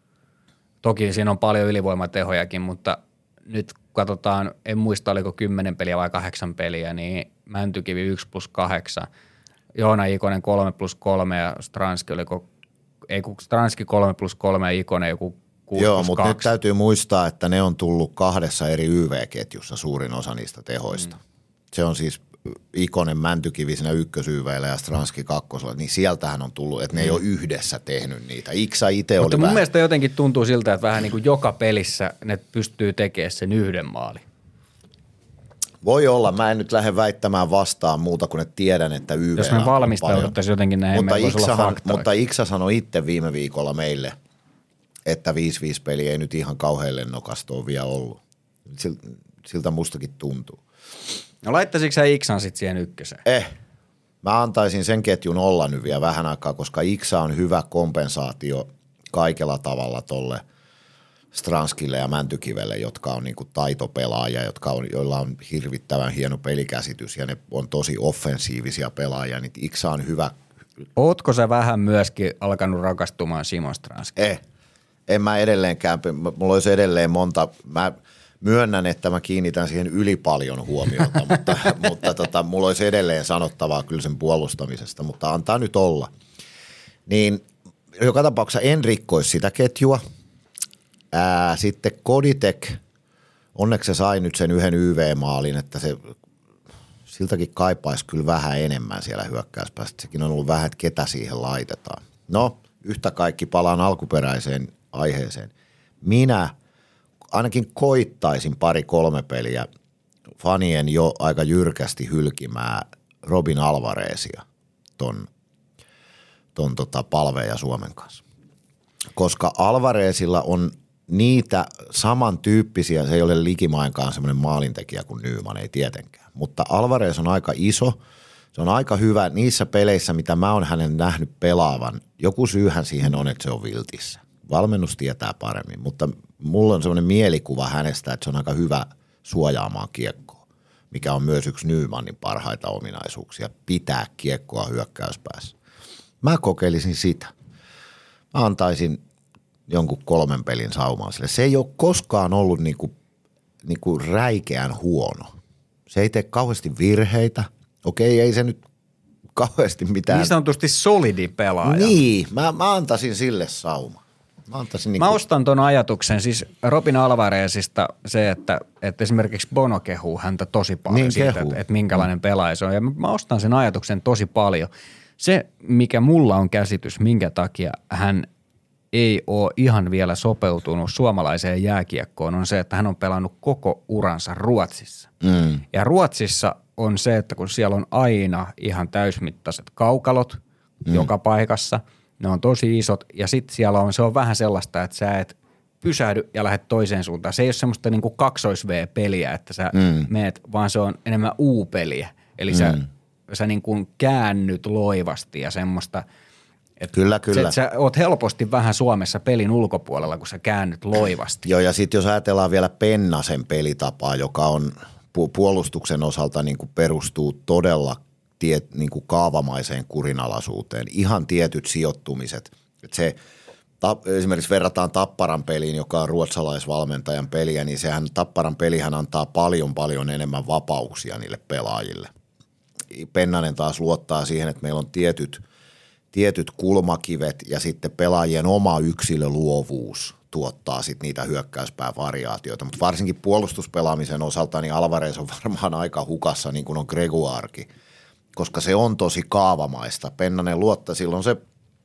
toki siinä on paljon ylivoimatehojakin, mutta nyt katsotaan, en muista oliko kymmenen peliä vai kahdeksan peliä, niin Mäntykivi yksi plus kahdeksan, Joona Ikonen kolme plus kolme ja Stranski oliko, ei kun Stranski kolme plus kolme ja Ikonen joku kuusi Joo, plus mutta kaksi. nyt täytyy muistaa, että ne on tullut kahdessa eri Y V-ketjussa suurin osa niistä tehoista. Mm. Se on siis Ikonen Mäntykivi siinä ykkösyyveillä ja Stranski kakkosella, niin sieltähän on tullut, että ne mm. ei ole yhdessä tehnyt niitä. Iksa itse oli Mutta mun vähän... mielestä jotenkin tuntuu siltä, että vähän niin kuin joka pelissä ne pystyy tekemään sen yhden maalin. Voi olla. Mä en nyt lähde väittämään vastaan muuta kuin, että tiedän, että Y V Jos me valmistauduttaisiin jotenkin näin, mutta voisi olla fakta. Mutta Iksa sanoi itse viime viikolla meille, että viisi viisi peli ei nyt ihan kauhean lennokasta ole vielä ollut. Siltä mustakin tuntuu. No laittaisitko sä Iksan sitten siihen ykköseen? Eh. Mä antaisin sen ketjun olla nyt vielä vähän aikaa, koska Iksa on hyvä kompensaatio kaikella tavalla tolle Stranskille ja Mäntykivelle, jotka on niinku taitopelaajia, jotka on, joilla on hirvittävän hieno pelikäsitys ja ne on tosi offensiivisia pelaajia, niin Iksa on hyvä. Ootko sä vähän myöskin alkanut rakastumaan Simon Stranskiin? Eh. En mä edelleenkään, mulla olisi edelleen monta, mä myönnän, että mä kiinnitän siihen yli paljon huomiota, mutta, mutta tota, mulla olisi edelleen sanottavaa kyllä sen puolustamisesta, mutta antaa nyt olla. Niin joka tapauksessa en rikkoisi sitä ketjua. Ää, sitten Koditek, onneksi se sai nyt sen yhden Y V-maalin, että se siltäkin kaipaisi kyllä vähän enemmän siellä hyökkäyspäästä. Sekin on ollut vähän, että ketä siihen laitetaan. No, yhtä kaikki palaan alkuperäiseen aiheeseen. Minä ainakin koittaisin pari-kolme peliä fanien jo aika jyrkästi hylkimää Robin Alvarezia ton, ton tota Palveen ja Suomen kanssa. Koska Alvarezilla on niitä samantyyppisiä, se ei ole likimainkaan semmoinen maalintekijä kuin Nyman, ei tietenkään. Mutta Alvarez on aika iso, se on aika hyvä niissä peleissä, mitä mä oon hänen nähnyt pelaavan. Joku syyhän siihen on, että se on viltissä. Valmennus tietää paremmin, mutta mulla on semmoinen mielikuva hänestä, että se on aika hyvä suojaamaan kiekkoa, mikä on myös yksi Nymanin parhaita ominaisuuksia, pitää kiekkoa hyökkäyspäässä. Mä kokeilisin sitä. Mä antaisin jonkun kolmen pelin saumaan sille. Se ei ole koskaan ollut niinku, niinku räikeän huono. Se ei tee kauheasti virheitä. Okei, ei se nyt kauheasti mitään. Niin sanotusti solidi pelaaja. Niin, mä, mä antaisin sille sauma. Mä, antaisin niinku... mä ostan ton ajatuksen, siis Robin Alvarezista se, että, että esimerkiksi Bono kehuu häntä tosi paljon niin siitä, että, että minkälainen pelaaja se on. Ja mä ostan sen ajatuksen tosi paljon. Se, mikä mulla on käsitys, minkä takia hän ei ole ihan vielä sopeutunut suomalaiseen jääkiekkoon, on se, että hän on pelannut koko uransa Ruotsissa. Mm. Ja Ruotsissa on se, että kun siellä on aina ihan täysmittaiset kaukalot mm. joka paikassa, ne on tosi isot ja sitten siellä on, se on vähän sellaista, että sä et pysähdy ja lähdet toiseen suuntaan. Se ei ole semmoista niinku kaksois-V-peliä, että sä mm. meet, vaan se on enemmän U-peliä. Eli mm. sä, sä niinku käännyt loivasti ja semmoista. Et kyllä, kyllä. Sä, sä oot helposti vähän Suomessa pelin ulkopuolella, kun sä käännyt loivasti. Joo, ja sitten jos ajatellaan vielä Pennasen pelitapaa, joka on pu- puolustuksen osalta niin kuin perustuu todella tie, niin kuin kaavamaiseen kurinalaisuuteen. Ihan tietyt sijoittumiset. Et se, ta, esimerkiksi verrataan Tapparan peliin, joka on ruotsalaisvalmentajan peliä, niin sehän Tapparan pelihän antaa paljon paljon enemmän vapauksia niille pelaajille. Pennanen taas luottaa siihen, että meillä on tietyt tietyt kulmakivet ja sitten pelaajien oma yksilöluovuus tuottaa sitten niitä hyökkäyspään variaatioita. Mutta varsinkin puolustuspelaamisen osalta niin Alvarez on varmaan aika hukassa niin kuin on Gregoirekin, koska se on tosi kaavamaista. Pennanen luottaa, silloin se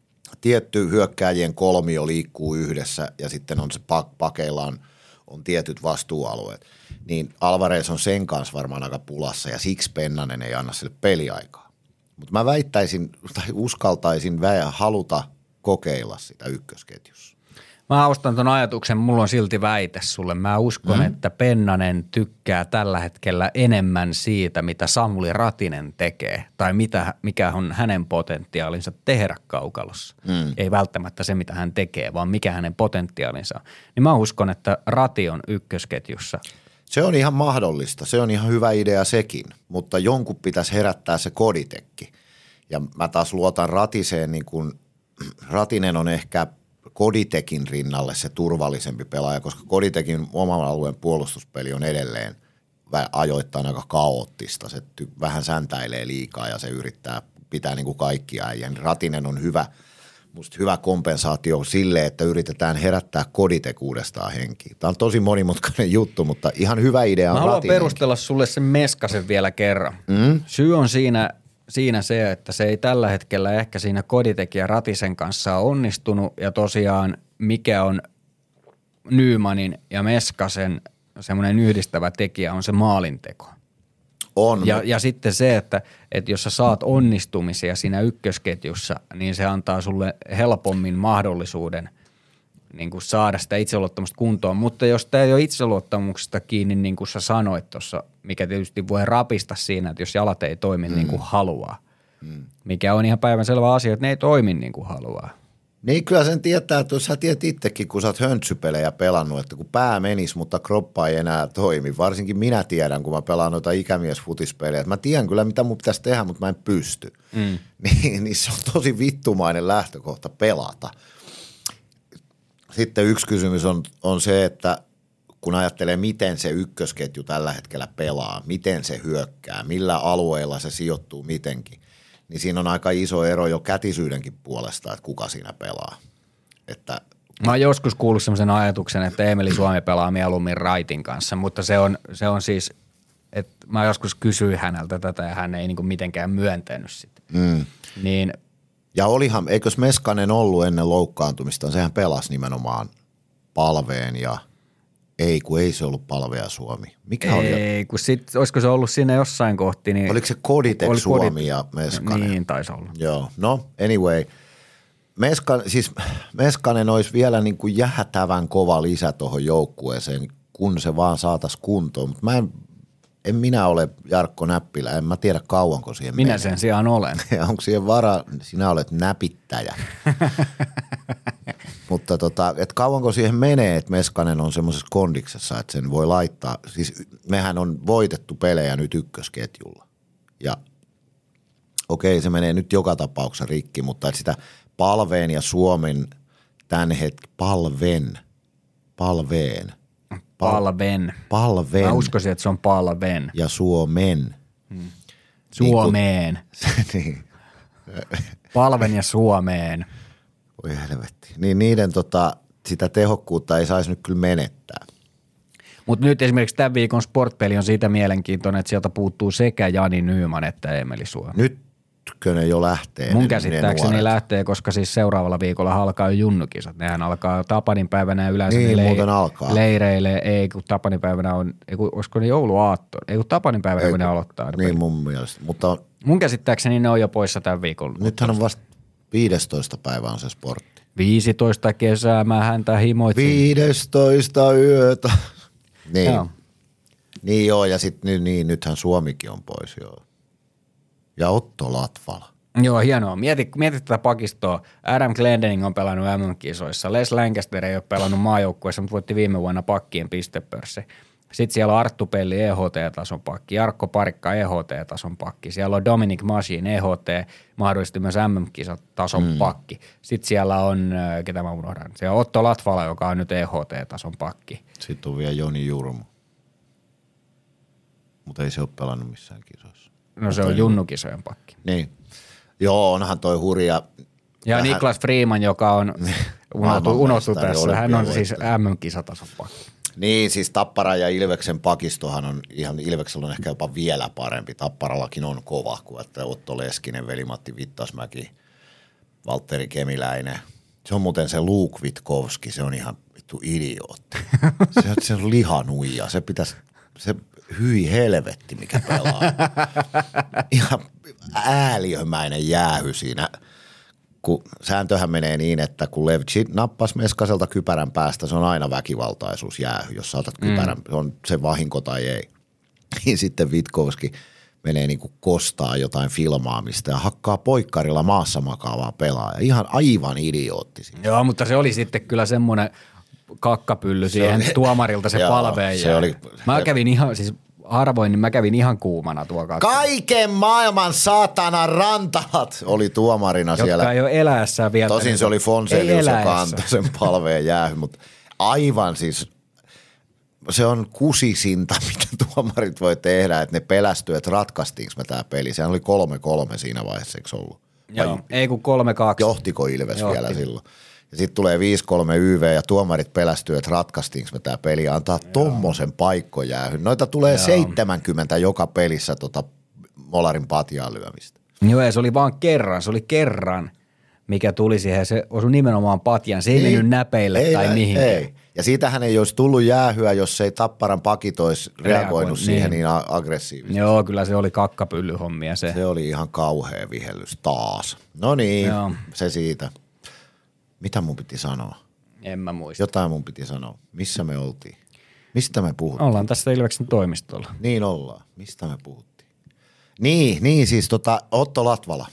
tietty hyökkääjien kolmio liikkuu yhdessä ja sitten on se pakeilla on, on tietyt vastuualueet. Niin Alvarez on sen kanssa varmaan aika pulassa ja siksi Pennanen ei anna sille peliaikaa. Mutta mä väittäisin tai uskaltaisin vähän haluta kokeilla sitä ykkösketjussa. Mä ostan ton ajatuksen, mulla on silti väite sulle. Mä uskon, mm. että Pennanen tykkää tällä hetkellä enemmän siitä, mitä Samuli Ratinen tekee tai mitä, mikä on hänen potentiaalinsa tehdä kaukalossa. Mm. Ei välttämättä se, mitä hän tekee, vaan mikä hänen potentiaalinsa on. Niin mä uskon, että Rati on ykkösketjussa. Se on ihan mahdollista. Se on ihan hyvä idea sekin, mutta jonkun pitäisi herättää se koditekki. Ja mä taas luotan Ratiseen, niin kuin Ratinen on ehkä koditekin rinnalle se turvallisempi pelaaja, koska koditekin oman alueen puolustuspeli on edelleen ajoittain aika kaoottista. Se ty- vähän säntäilee liikaa ja se yrittää pitää niin kuin kaikkia. Ja Ratinen on hyvä, musta hyvä kompensaatio sille, että yritetään herättää Koditek uudestaan henkiin. Tämä on tosi monimutkainen juttu, mutta ihan hyvä idea on Mä haluan Ratinenkin. perustella sulle sen Meskasen vielä kerran. Mm? Syy on siinä, siinä se, että se ei tällä hetkellä ehkä siinä Koditek ja Ratisen kanssa ole onnistunut ja tosiaan mikä on Nymanin ja Meskasen semmoinen yhdistävä tekijä on se maalinteko. On. Ja, ja sitten se, että, että jos sä saat onnistumisia siinä ykkösketjussa, niin se antaa sulle helpommin mahdollisuuden niin kuin saada sitä itseluottamusta kuntoon. Mutta jos tämä ei ole itseluottamuksesta kiinni, niin kuin sä sanoit tuossa, mikä tietysti voi rapista siinä, että jos jalat ei toimi mm. niin kuin haluaa, mm. mikä on ihan päivänselvä asia, että ne ei toimi niin kuin haluaa. Niin kyllä sen tietää, että sä tiedät itsekin, kun sä oot höntsypelejä pelannut, että kun pää menisi, mutta kroppa ei enää toimi. Varsinkin minä tiedän, kun mä pelaan noita ikämiesfutispelejä, että mä tiedän kyllä, mitä mun pitäisi tehdä, mutta mä en pysty. Mm. Niin, niin se on tosi vittumainen lähtökohta pelata. Sitten yksi kysymys on, on se, että kun ajattelee, miten se ykkösketju tällä hetkellä pelaa, miten se hyökkää, millä alueella se sijoittuu mitenkin, niin siinä on aika iso ero jo kätisyydenkin puolesta, että kuka siinä pelaa. Että Mä oon joskus kuullut semmoisen ajatuksen, että Eemeli Suomi pelaa mieluummin Raitin kanssa, mutta se on, se on siis, että mä joskus kysyin häneltä tätä ja hän ei niinku mitenkään myöntänyt sitä. Mm. Niin, ja olihan, eikös Meskanen ollut ennen loukkaantumista, sehän pelasi nimenomaan Palveen ja ei, kun ei se ollut Palvea Suomi. Mikä ei, oli? Ei, kun sit, olisiko se ollut siinä jossain kohti. Niin oliko se Koditek oli Suomi kodit, ja Meskanen? Niin, taisi olla. Joo, no anyway. Meskan, siis Meskanen olisi vielä niin kuin jäätävän kova lisä tuohon joukkueeseen, kun se vaan saataisiin kuntoon. Mutta mä en, en minä ole Jarkko Näppilä, en mä tiedä kauanko siihen Minä menee. sen sijaan olen. Onko siihen vara, sinä olet näpittäjä. Mutta tota, et kauanko siihen menee, että Meskanen on semmoisessa kondiksessa, että sen voi laittaa. Siis mehän on voitettu pelejä nyt ykkösketjulla. Ja okei, se menee nyt joka tapauksessa rikki, mutta että sitä Palveen ja Suomen tämän hetken, palven, palveen. Pal- Palven. Palven. Mä uskoisin, että se on Palven. Ja Suomen. Hmm. Suomeen. Niin. Palven ja Suomeen. Voi helvetti. Niin niiden tota, sitä tehokkuutta ei saisi nyt kyllä menettää. Mutta nyt esimerkiksi tämän viikon sportpeli on siitä mielenkiintoinen, että sieltä puuttuu sekä Jani Nyman että Eemeli Suomi. Nyt nytkö ne jo lähtee? Mun ne, käsittääkseni ne lähtee, koska siis seuraavalla viikolla alkaa jo junnukisat. Nehän alkaa Tapaninpäivänä yleensä niin, ne muuten alkaa. leireille. Ei kun Tapaninpäivänä on, ei kun, olisiko ne jouluaatto? Ei kun Tapaninpäivänä, ei, kun ne aloittaa. Niin pelit. Mun mielestä. Mutta mun käsittääkseni ne on jo poissa tämän viikon. Nythän on vasta viidestoista päivä on se sportti. viisitoista kesää mä häntä himoitsin. viidestoista yötä. Niin. Joo. Niin joo, ja sitten niin, niin, nythän Suomikin on pois, joo. Ja Otto Latvala. Joo, hienoa. Mieti, mieti tätä pakistoa. Adam Glendening on pelannut M M-kisoissa. Les Lancaster ei ole pelannut maajoukkueessa, mutta voitti viime vuonna pakkien pistepörssi. Sitten siellä on Arttu Pelli E H T-tason pakki, Jarkko Parikka E H T-tason pakki. Siellä on Dominic Masin E H T, mahdollisesti myös M M-kisatason mm. pakki. Sitten siellä on, ketä mä unohdan, siellä on Otto Latvala, joka on nyt E H T-tason pakki. Sitten on vielä Joni Jurmu. Mutta ei se ole pelannut missään kisoissa. No se on junnukisojen pakki. Niin. Joo, onhan toi hurja. Ja vähän Niklas Freeman, joka on unohtu, unohtu tässä. Hän on siis M M-kisatason pakki. Niin, siis Tappara ja Ilveksen pakistohan on ihan, Ilveksellä on ehkä jopa vielä parempi. Tapparallakin on kova, kun että Otto Leskinen, Veli-Matti Vittasmäki, Valtteri Kemiläinen. Se on muuten se Luke Witkowski, se on ihan vittu idiootti. Se, se on lihanuija, se pitäisi, se hyi helvetti mikä pelaa. Ihan ääliömäinen jäähy siinä. Kun sääntöhän menee niin, että kun Levci nappasi Meskaselta kypärän päästä, se on aina väkivaltaisuus jäähy, jos saatat kypärän, mm. on se vahinko tai ei. Niin sitten Witkowski menee niin kuin kostaa jotain filmaamista ja hakkaa poikkarilla maassa makaavaa pelaaja. Ihan aivan idiootti. Joo, mutta se oli sitten kyllä semmoinen kakkapylly siihen oli, tuomarilta se palveen. Se oli, mä kävin ihan, siis harvoin, niin mä kävin ihan kuumana tuo kakka. Kaiken maailman saatana rantalat oli tuomarina jotka siellä. Jotka ei ole eläessään vielä. Tosin se oli Fonselius, joka antoi sen palveen jäähy, mutta aivan siis se on kusisinta, mitä tuomarit voi tehdä, että ne pelästyy, että ratkaistiinko me tämä peli. Sehän oli kolme kolme siinä vaiheessa, eikö ollut? Joo, ei kun kolme kaksi. Johtiko Ilves Johti. vielä silloin? Ja sitten tulee viisi kolme Y V ja tuomarit pelästyy, että ratkaistiinko me tämä peli. Antaa Joo. tommosen paikkojäähyn. Noita tulee Joo. seitsemänkymmentä joka pelissä tota molarin patjaan lyömistä. Joo, ja se oli vaan kerran, se oli kerran, mikä tuli siihen. Se osui nimenomaan patjaan. Se ei niin. mennyt näpeille ei, tai mihinkään. Ei. Ja siitähän ei olisi tullut jäähyä, jos ei Tapparan pakit olisi reagoinut niin. siihen niin aggressiivisesti. Joo, kyllä se oli kakkapyllyhommia se. Se oli ihan kauhea vihellys taas. No niin, Joo. se siitä. Mitä mun piti sanoa? En mä muista. Jotain mun piti sanoa. Missä me oltiin? Mistä me puhuttiin? Ollaan tässä Ilveksen toimistolla. Niin ollaan. Mistä me puhuttiin? Niin, niin siis tota Otto Latvala.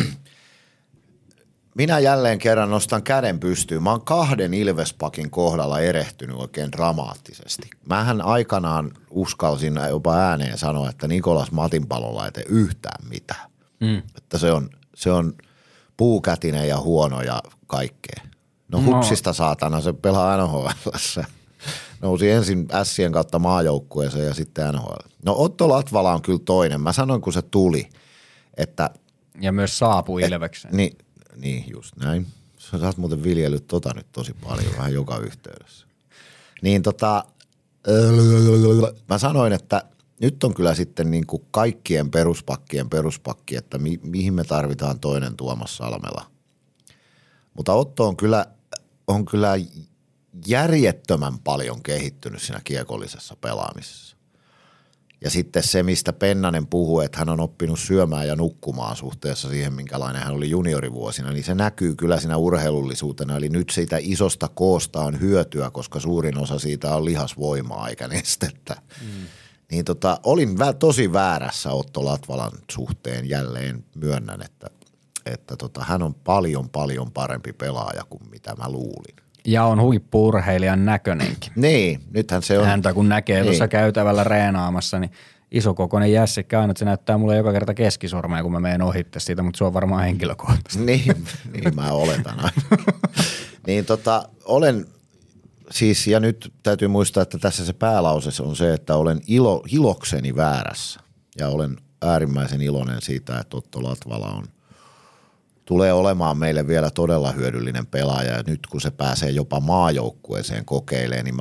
Minä jälleen kerran nostan käden pystyyn. Mä oon kahden Ilvespakin kohdalla erehtynyt oikein dramaattisesti. Mähän aikanaan uskalsin jopa ääneen sanoa, että Nikolas Matinpalolla ei tee yhtään mitään. Mm. Että se on, se on puukätinen ja huono ja kaikkea. No, no. Hupsista saatana, se pelaa N H L:ssä. Nousi ensin Ässien kautta maajoukkueeseen ja sitten N H L. No Otto Latvala on kyllä toinen. Mä sanoin, kun se tuli, että... Ja myös saapui Ilvekseen. Niin, niin, just näin. Sä oot muuten viljellyt tota nyt tosi paljon, vähän joka yhteydessä. Niin tota, mä sanoin, että nyt on kyllä sitten niin kuin kaikkien peruspakkien peruspakki, että mi- mihin me tarvitaan toinen Tuomas Salmela. Mutta Otto on kyllä, on kyllä järjettömän paljon kehittynyt siinä kiekollisessa pelaamisessa. Ja sitten se, mistä Pennanen puhuu, että hän on oppinut syömään ja nukkumaan suhteessa siihen, minkälainen hän oli juniorivuosina, niin se näkyy kyllä siinä urheilullisuutena. Eli nyt siitä isosta koosta on hyötyä, koska suurin osa siitä on lihasvoimaa eikä nestettä. Mm. Niin tota, olin vä- tosi väärässä Otto Latvalan suhteen, jälleen myönnän, että, että tota, hän on paljon paljon parempi pelaaja kuin mitä mä luulin. Ja on huippu-urheilijan näköinenkin. Niin, nythän se on. Häntä kun näkee niin. tuossa käytävällä reenaamassa, niin isokokoinen jässikkä aina, että se näyttää mulle joka kerta keskisormea, kun mä menen ohitte siitä, mutta se on varmaan henkilökohtaisesti. niin, niin, mä oletan aina. niin tota, olen siis, ja nyt täytyy muistaa, että tässä se päälause on se, että olen ilo, ilokseni väärässä. Ja olen äärimmäisen iloinen siitä, että Otto Latvala on tulee olemaan meille vielä todella hyödyllinen pelaaja ja nyt kun se pääsee jopa maajoukkueeseen kokeilemaan, niin mä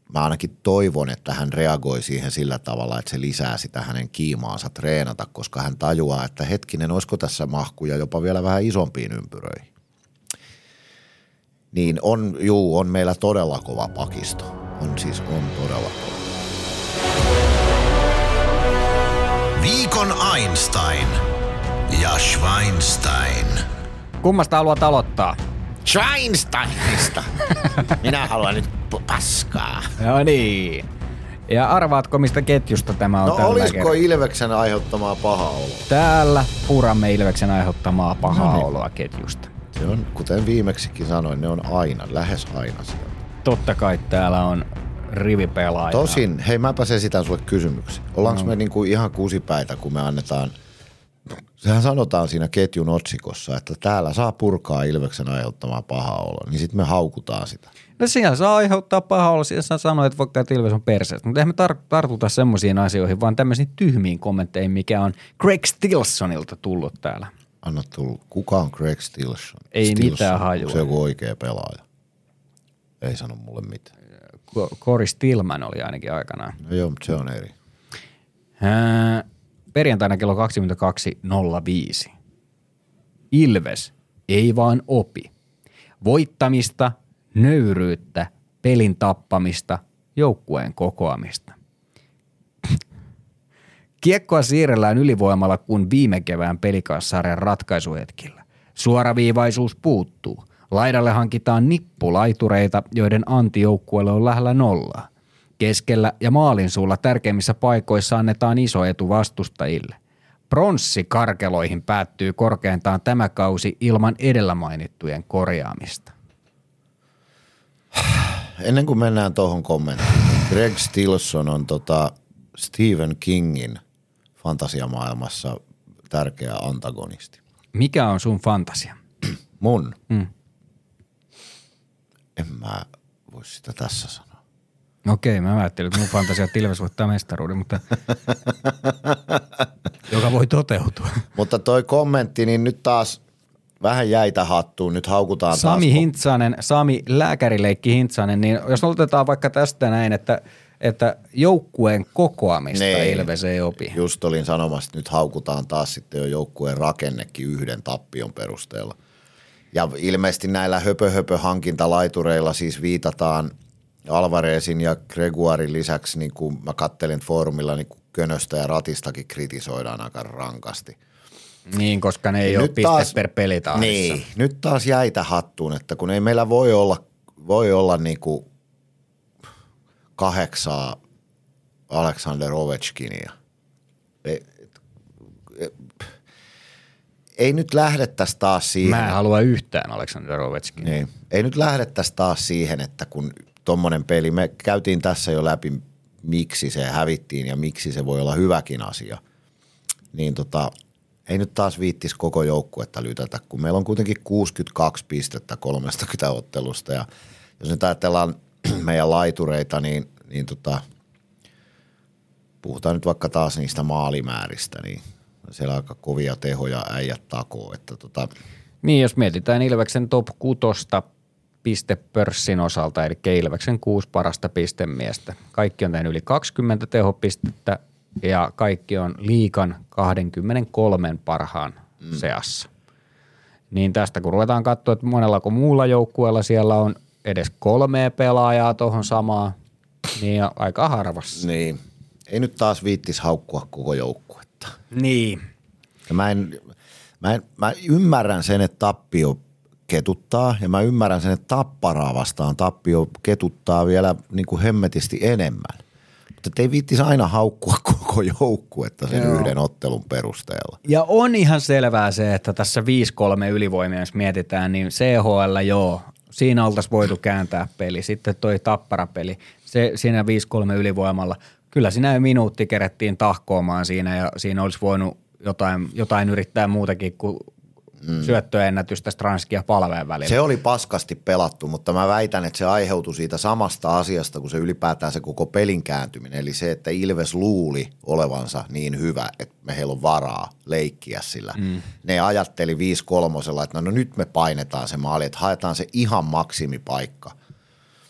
mä ainakin toivon, että hän reagoi siihen sillä tavalla, että se lisää sitä hänen kiimaansa treenata, koska hän tajuaa, että hetkinen, olisiko tässä mahkuja jopa vielä vähän isompiin ympyröihin. Niin on, juu, on meillä todella kova pakisto. On siis, on todella kova. Viikon Einstein ja Schweinstein. Kummasta haluat aloittaa? Schweinsteinista. Minä haluan nyt paskaa. No niin. Ja arvaatko, mistä ketjusta tämä on no tällä olisiko kertaa? Ilveksen aiheuttamaa pahaa oloa? Täällä puramme Ilveksen aiheuttamaa pahaa No niin. oloa ketjusta. Se on, kuten viimeksikin sanoin, ne on aina, lähes aina siellä. Totta kai täällä on rivipelaaja. Tosin, hei mäpäs esitän sulle kysymyksen. Ollaanko no. me niinku ihan kusipäitä, kun me annetaan, sehän sanotaan siinä ketjun otsikossa, että täällä saa purkaa Ilveksen aiheuttamaa pahaa oloa, niin sitten me haukutaan sitä. No siellä saa aiheuttaa pahaa oloa, siellä sä sanoit vaikka, että Ilves on perseestä, mutta eihän me tar- tartuta semmoisiin asioihin, vaan tämmöisiin tyhmiin kommentteihin, mikä on Greg Stilsonilta tullut täällä. Anna tullut. Kuka on Greg Stilson? Ei Stilson. mitään hajua. Onko se joku oikea pelaaja? Ei sano mulle mitään. Corey Stillman oli ainakin aikanaan. No joo, mutta se on eri. Ää, perjantaina kello kaksikymmentäkaksi nolla viisi. Ilves ei vaan opi. Voittamista, nöyryyttä, pelin tappamista, joukkueen kokoamista. Kiekkoa siirrellään ylivoimalla kuin viime kevään pelikassarjan ratkaisuhetkillä. Suoraviivaisuus puuttuu. Laidalle hankitaan nippulaitureita, joiden anti joukkueelle on lähellä nollaa. Keskellä ja maalin suulla tärkeimmissä paikoissa annetaan iso etu vastustajille. Pronssi karkeloihin päättyy korkeintaan tämä kausi ilman edellä mainittujen korjaamista. Ennen kuin mennään tuohon kommenttiin, Greg Stilson on tota Stephen Kingin fantasiamaailmassa tärkeä antagonisti. Mikä on sun fantasia? Mun? Mm. En mä voi sitä tässä sanoa. Okei, mä ajattelin, että mun fantasia on Ilves voittaa mestaruuden, mutta joka voi toteutua. Mutta toi kommentti, niin nyt taas vähän jäitä hattuun, nyt haukutaan Sami taas. Hintsanen, Sami lääkärileikki Hintsanen, niin jos otetaan vaikka tästä näin, että, että joukkueen kokoamista Nee. Ilves ei opi. Just olin sanomassa, että nyt haukutaan taas sitten jo joukkueen rakennekin yhden tappion perusteella. Ja ilmeisesti näillä höpö-höpö-hankintalaitureilla siis viitataan Alvarezin ja Gregoirin lisäksi, niin kuin mä kattelin foorumilla, niin kuin Könöstä ja Ratistakin kritisoidaan aika rankasti. Niin, koska ne ei Ja ole nyt piste taas- per pelitahdissa. Niin, nyt taas jäitä hattuun, että kun ei meillä voi olla, voi olla niin kuin kahdeksaa Alexander Ovechkinia. Ei, ei nyt lähdettäisi taas siihen. Mä en halua yhtään Alexander Ovechkin. Niin. Ei nyt lähdettäisi taas siihen, että kun tommonen peli, me käytiin tässä jo läpi, miksi se hävittiin ja miksi se voi olla hyväkin asia, niin tota, ei nyt taas viittis koko joukkuetta lytätä, kun meillä on kuitenkin kuusikymmentäkaksi pistettä kolmekymmentä ottelusta ja jos nyt ajatellaan meidän laitureita, niin, niin tota, puhutaan nyt vaikka taas niistä maalimääristä, niin siellä aika kovia tehoja äijät takoo, että tota. Niin, jos mietitään Ilveksen top kutosta pistepörssin osalta, eli Ilveksen kuusi parasta pistemiestä. Kaikki on tehnyt yli kaksikymmentä tehopistettä ja kaikki on liigan kaksikymmentäkolme parhaan mm. seassa. Niin tästä kun ruvetaan katsoa, että monellako muulla joukkueella siellä on edes kolme pelaajaa tuohon samaan, niin aika harvassa. Niin, ei nyt taas viittis haukkua koko joukkuetta. Niin. Ja mä, en, mä, en, mä ymmärrän sen, että tappio ketuttaa ja mä ymmärrän sen, että Tapparaa vastaan tappio ketuttaa vielä niin kuin hemmetisti enemmän. Mutta ei viittisi aina haukkua koko joukkuetta sen Joo. yhden ottelun perusteella. Ja on ihan selvää se, että tässä viisi kolme ylivoimia, jos mietitään, niin C H L joo, siinä oltaisiin voitu kääntää peli. Sitten toi Tappara-peli, se, siinä viisi kolme ylivoimalla, kyllä siinä jo minuutti kerettiin tahkoamaan siinä ja siinä olisi voinut jotain, jotain yrittää muutakin kuin mm. syöttöennätystä Stranskia palveen välillä. Se oli paskasti pelattu, mutta mä väitän, että se aiheutui siitä samasta asiasta, kun se ylipäätään se koko pelin kääntyminen. Eli se, että Ilves luuli olevansa niin hyvä, että me heillä on varaa leikkiä sillä. Mm. Ne ajatteli viisi kolmosella, että no, no nyt me painetaan se maali, että haetaan se ihan maksimipaikka.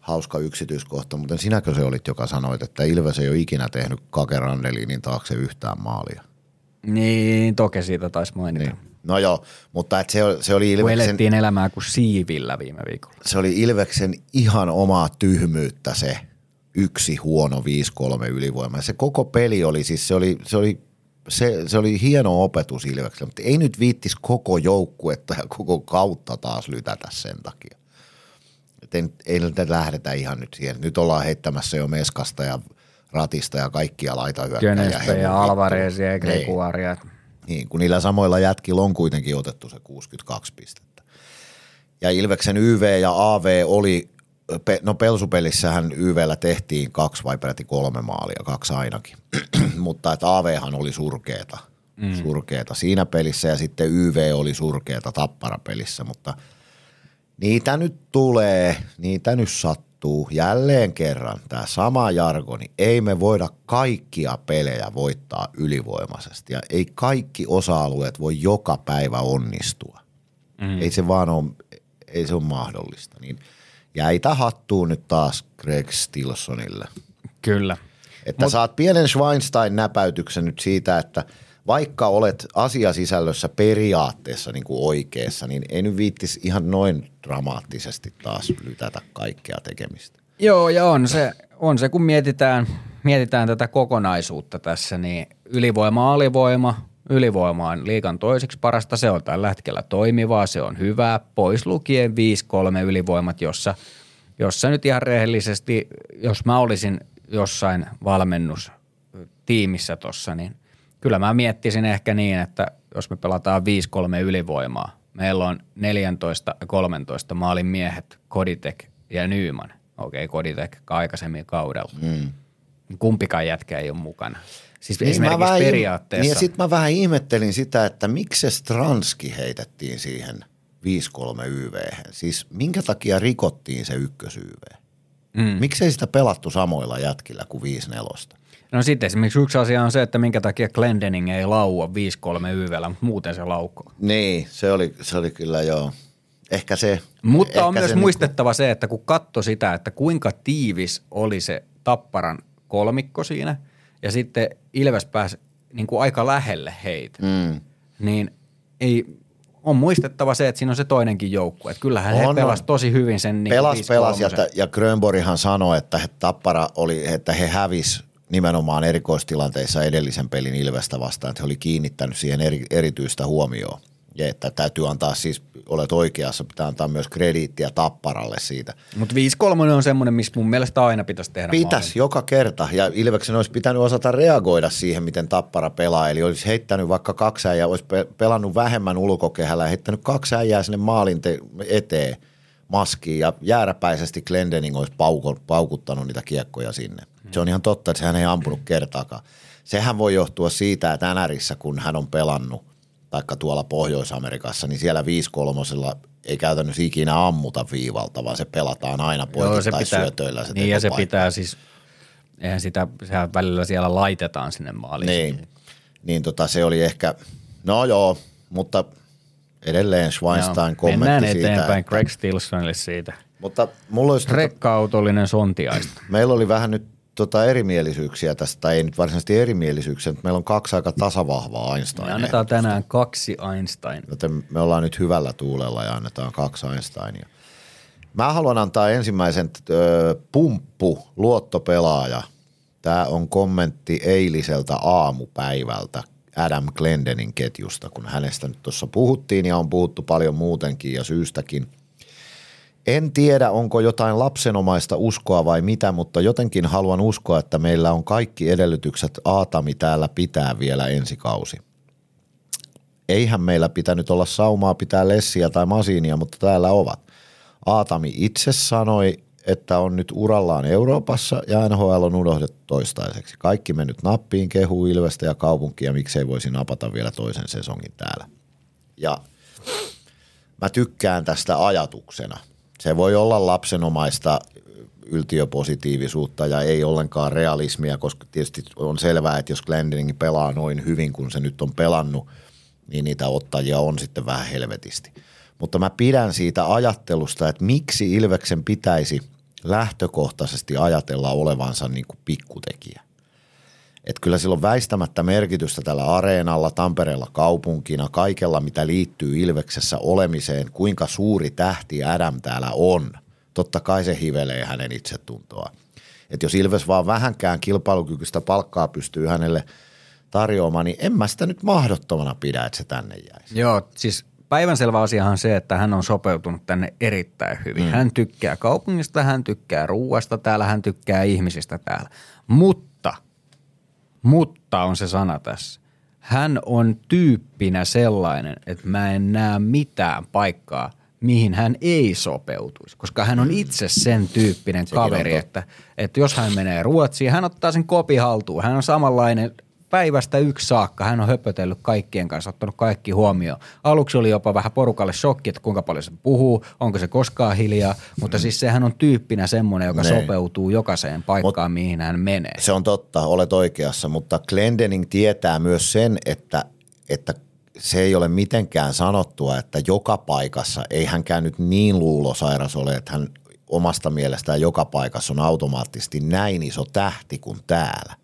hauska yksityiskohta, mutta sinäkö se olit, joka sanoit, että Ilves ei ole ikinä tehnyt Kake Randelinin taakse yhtään maalia? Niin, toki siitä taisi mainita. Niin. No joo, mutta et se, se oli Ilveksen... Kun elettiin elämää kuin siivillä viime viikolla. Se oli Ilveksen ihan omaa tyhmyyttä se yksi huono viisi kolme ylivoima. Se koko peli oli siis, se oli, se oli, se, se oli hieno opetus Ilvekselle, mutta ei nyt viittis koko joukkuetta ja koko kautta taas lytätä sen takia. Et ei, ei nyt lähdetä ihan nyt siihen. Nyt ollaan heittämässä jo Meskasta ja Ratista ja kaikkia laitahyökkäjiä. Könestä ja Alvarezia ja Gregoiria. Niin, kun niillä samoilla jätkillä on kuitenkin otettu se kuusikymmentäkaksi pistettä. Ja Ilveksen Y V ja A V oli, no Pelsupelissähän Y V:llä tehtiin kaksi vai peräti kolme maalia, kaksi ainakin. Mutta että A Vhan oli surkeeta, mm. surkeeta siinä pelissä ja sitten Y V oli surkeeta Tappara-pelissä, mutta niitä nyt tulee, niitä nyt sattuu. Jälleen kerran tämä sama jargoni. Ei me voida kaikkia pelejä voittaa ylivoimaisesti ja ei kaikki osa-alueet voi joka päivä onnistua. Mm. Ei se vaan ole, ei se ole mahdollista. Niin jäitä hattuun nyt taas Greg Stilsonille. Kyllä. Että Mut... saat pienen Schweinstein-näpäytyksen nyt siitä, että vaikka olet asiasisällössä periaatteessa niin kuin oikeassa, niin ei nyt viittisi ihan noin dramaattisesti taas lytätä kaikkea tekemistä. Joo, ja on se, on se kun mietitään, mietitään tätä kokonaisuutta tässä, niin ylivoima, alivoima, ylivoima on liigan toiseksi parasta, se on tällä hetkellä toimivaa, se on hyvää, pois lukien viisi kolme ylivoimat, jossa, jossa nyt ihan rehellisesti, jos mä olisin jossain valmennustiimissä tossa, niin kyllä mä miettisin ehkä niin, että jos me pelataan viisi kolme ylivoimaa, meillä on neljätoista ja kolmetoista maalin miehet, Koditek ja Nyman. Okei, Koditek aikaisemmin kaudella. Mm. Kumpikaan jätkä ei ole mukana. Siis niin esimerkiksi periaatteessa. Niin ja sitten mä vähän ihmettelin sitä, että miksi se Stranski heitettiin siihen viisi kolme Y V:hen. Siis minkä takia rikottiin se ykkös Y V? Mm. Miksei sitä pelattu samoilla jätkillä kuin viisi nelosta? No sitten esimerkiksi yksi asia on se, että minkä takia Glendening ei laua viisi kolme Y V:llä, mutta muuten se laukoo. Niin, se oli, se oli kyllä joo. Ehkä se. Mutta ehkä on myös se muistettava niinku se, että kun katsoi sitä, että kuinka tiivis oli se Tapparan kolmikko siinä ja sitten Ilves pääsi niin kuin aika lähelle heitä, mm. niin ei, on muistettava se, että siinä on se toinenkin joukkue. Että kyllähän on, he pelasivat tosi hyvin sen niin pelas, pelas ja, ja Grönborghan sanoi, että he, Tappara oli, että he hävis nimenomaan erikoistilanteissa edellisen pelin Ilvestä vastaan, että he oli kiinnittänyt siihen eri, erityistä huomioon. Ja että täytyy antaa siis, olet oikeassa, pitää antaa myös krediittiä Tapparalle siitä. Mutta viisi kolme on semmoinen, missä mun mielestä aina pitäisi tehdä Pitäisi maalin. Joka kerta ja Ilveksen olisi pitänyt osata reagoida siihen, miten Tappara pelaa. Eli olisi heittänyt vaikka kaksi äijää, olisi pelannut vähemmän ulkokehällä ja heittänyt kaksi äijää sinne maalin te- eteen maskiin ja jääräpäisesti Glendening olisi pauko- paukuttanut niitä kiekkoja sinne. Se on ihan totta, että sehän ei ampunut kertaakaan. Sehän voi johtua siitä, että Nänärissä, kun hän on pelannut, taikka tuolla Pohjois-Amerikassa, niin siellä viisi kolmosella ei käytännössä ikinä ammuta viivalta, vaan se pelataan aina poikittaisyötöillä. Niin ja se paikka. Pitää siis, eihän sitä, sehän välillä siellä laitetaan sinne maaliin. Niin, niin tota se oli ehkä, no joo, mutta edelleen Schweinstein kommentti mennään siitä. Mennään eteenpäin että, Greg Stilsonille siitä. Mutta mulla olisi rekka-autollinen sontiaista. Meillä oli vähän nyt tota erimielisyyksiä tästä, tai ei nyt varsinaisesti erimielisyyksiä, mutta meillä on kaksi aika tasavahvaa Einsteinia. Me annetaan tänään kaksi Einstein. Joten me ollaan nyt hyvällä tuulella ja annetaan kaksi Einsteinia. Mä haluan antaa ensimmäisen ö, pumppu luottopelaaja. Tämä on kommentti eiliseltä aamupäivältä Adam Glendenin ketjusta, kun hänestä nyt tuossa puhuttiin ja on puhuttu paljon muutenkin ja syystäkin. En tiedä, onko jotain lapsenomaista uskoa vai mitä, mutta jotenkin haluan uskoa, että meillä on kaikki edellytykset Aatami täällä pitää vielä ensi kausi. Eihän meillä pitänyt olla saumaa pitää Lessiä tai Masiinia, mutta täällä ovat. Aatami itse sanoi, että on nyt urallaan Euroopassa ja N H L on unohdettu toistaiseksi. Kaikki mennyt nappiin, kehuu Ilvestä ja kaupunkia, miksei voisi napata vielä toisen sesongin täällä. Ja mä tykkään tästä ajatuksena. Se voi olla lapsenomaista yltiöpositiivisuutta ja ei ollenkaan realismia, koska tietysti on selvää, että jos Glendening pelaa noin hyvin kuin se nyt on pelannut, niin niitä ottajia on sitten vähän helvetisti. Mutta mä pidän siitä ajattelusta, että miksi Ilveksen pitäisi lähtökohtaisesti ajatella olevansa niin kuin pikkutekijä. Että kyllä sillä on väistämättä merkitystä tällä areenalla, Tampereella kaupunkina, kaikella mitä liittyy Ilveksessä olemiseen, kuinka suuri tähti Adam täällä on. Totta kai se hivelee hänen itsetuntoa. Että jos Ilves vaan vähänkään kilpailukykyistä palkkaa pystyy hänelle tarjoamaan, niin en mä sitä nyt mahdottomana pidä, että se tänne jäisi. Joo, siis päivänselvä asiahan on se, että hän on sopeutunut tänne erittäin hyvin. Mm. Hän tykkää kaupungista, hän tykkää ruuasta täällä, hän tykkää ihmisistä täällä. Mutta, mutta on se sana tässä. Hän on tyyppinä sellainen, että mä en näe mitään paikkaa, mihin hän ei sopeutuisi, koska hän on itse sen tyyppinen Sekin kaveri, että, että jos hän menee Ruotsiin, hän ottaa sen kopi haltuun. Hän on samanlainen päivästä yksi saakka. Hän on höpötellyt kaikkien kanssa, ottanut kaikki huomioon. Aluksi oli jopa vähän porukalle shokki, että kuinka paljon se puhuu, onko se koskaan hiljaa, mutta siis sehän on tyyppinä semmoinen, joka ne. sopeutuu jokaiseen paikkaan, Mut, mihin hän menee. Se on totta, olet oikeassa, mutta Glendening tietää myös sen, että, että se ei ole mitenkään sanottua, että joka paikassa, ei hänkään nyt niin luulosairas ole, että hän omasta mielestään joka paikassa on automaattisesti näin iso tähti kuin täällä.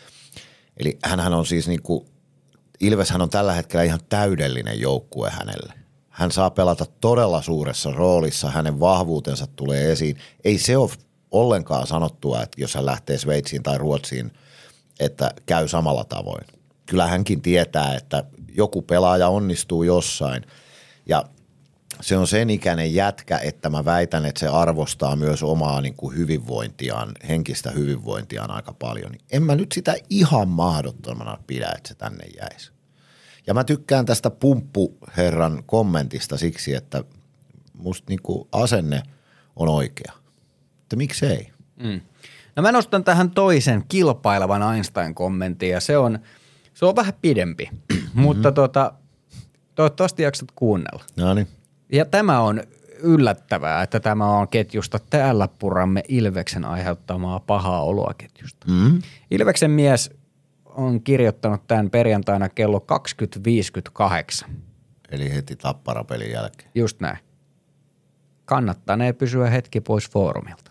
Eli hänhän on siis niin kuin, Ilveshän on tällä hetkellä ihan täydellinen joukkue hänelle. Hän saa pelata todella suuressa roolissa, hänen vahvuutensa tulee esiin. Ei se ole ollenkaan sanottua, että jos hän lähtee Sveitsiin tai Ruotsiin, että käy samalla tavoin. Kyllä hänkin tietää, että joku pelaaja onnistuu jossain ja se on sen ikäinen jätkä, että mä väitän, että se arvostaa myös omaa niin kuin hyvinvointiaan, henkistä hyvinvointiaan aika paljon. En mä nyt sitä ihan mahdottomana pidä, että se tänne jäisi. Ja mä tykkään tästä pumppuherran kommentista siksi, että musta niin kuin asenne on oikea. Että miksei? Mm. No mä nostan tähän toisen kilpailevan Einstein-kommentin ja se on, se on vähän pidempi, mm-hmm. mutta tota, toivottavasti jaksat kuunnella. No niin. Ja tämä on yllättävää, että tämä on ketjusta täällä puramme Ilveksen aiheuttamaa pahaa oloa ketjusta. Mm. Ilveksen mies on kirjoittanut tämän perjantaina kello kaksikymmentä viisikymmentäkahdeksan. Eli heti Tappara-pelin jälkeen. Just näin. Kannattanee pysyä hetki pois foorumilta.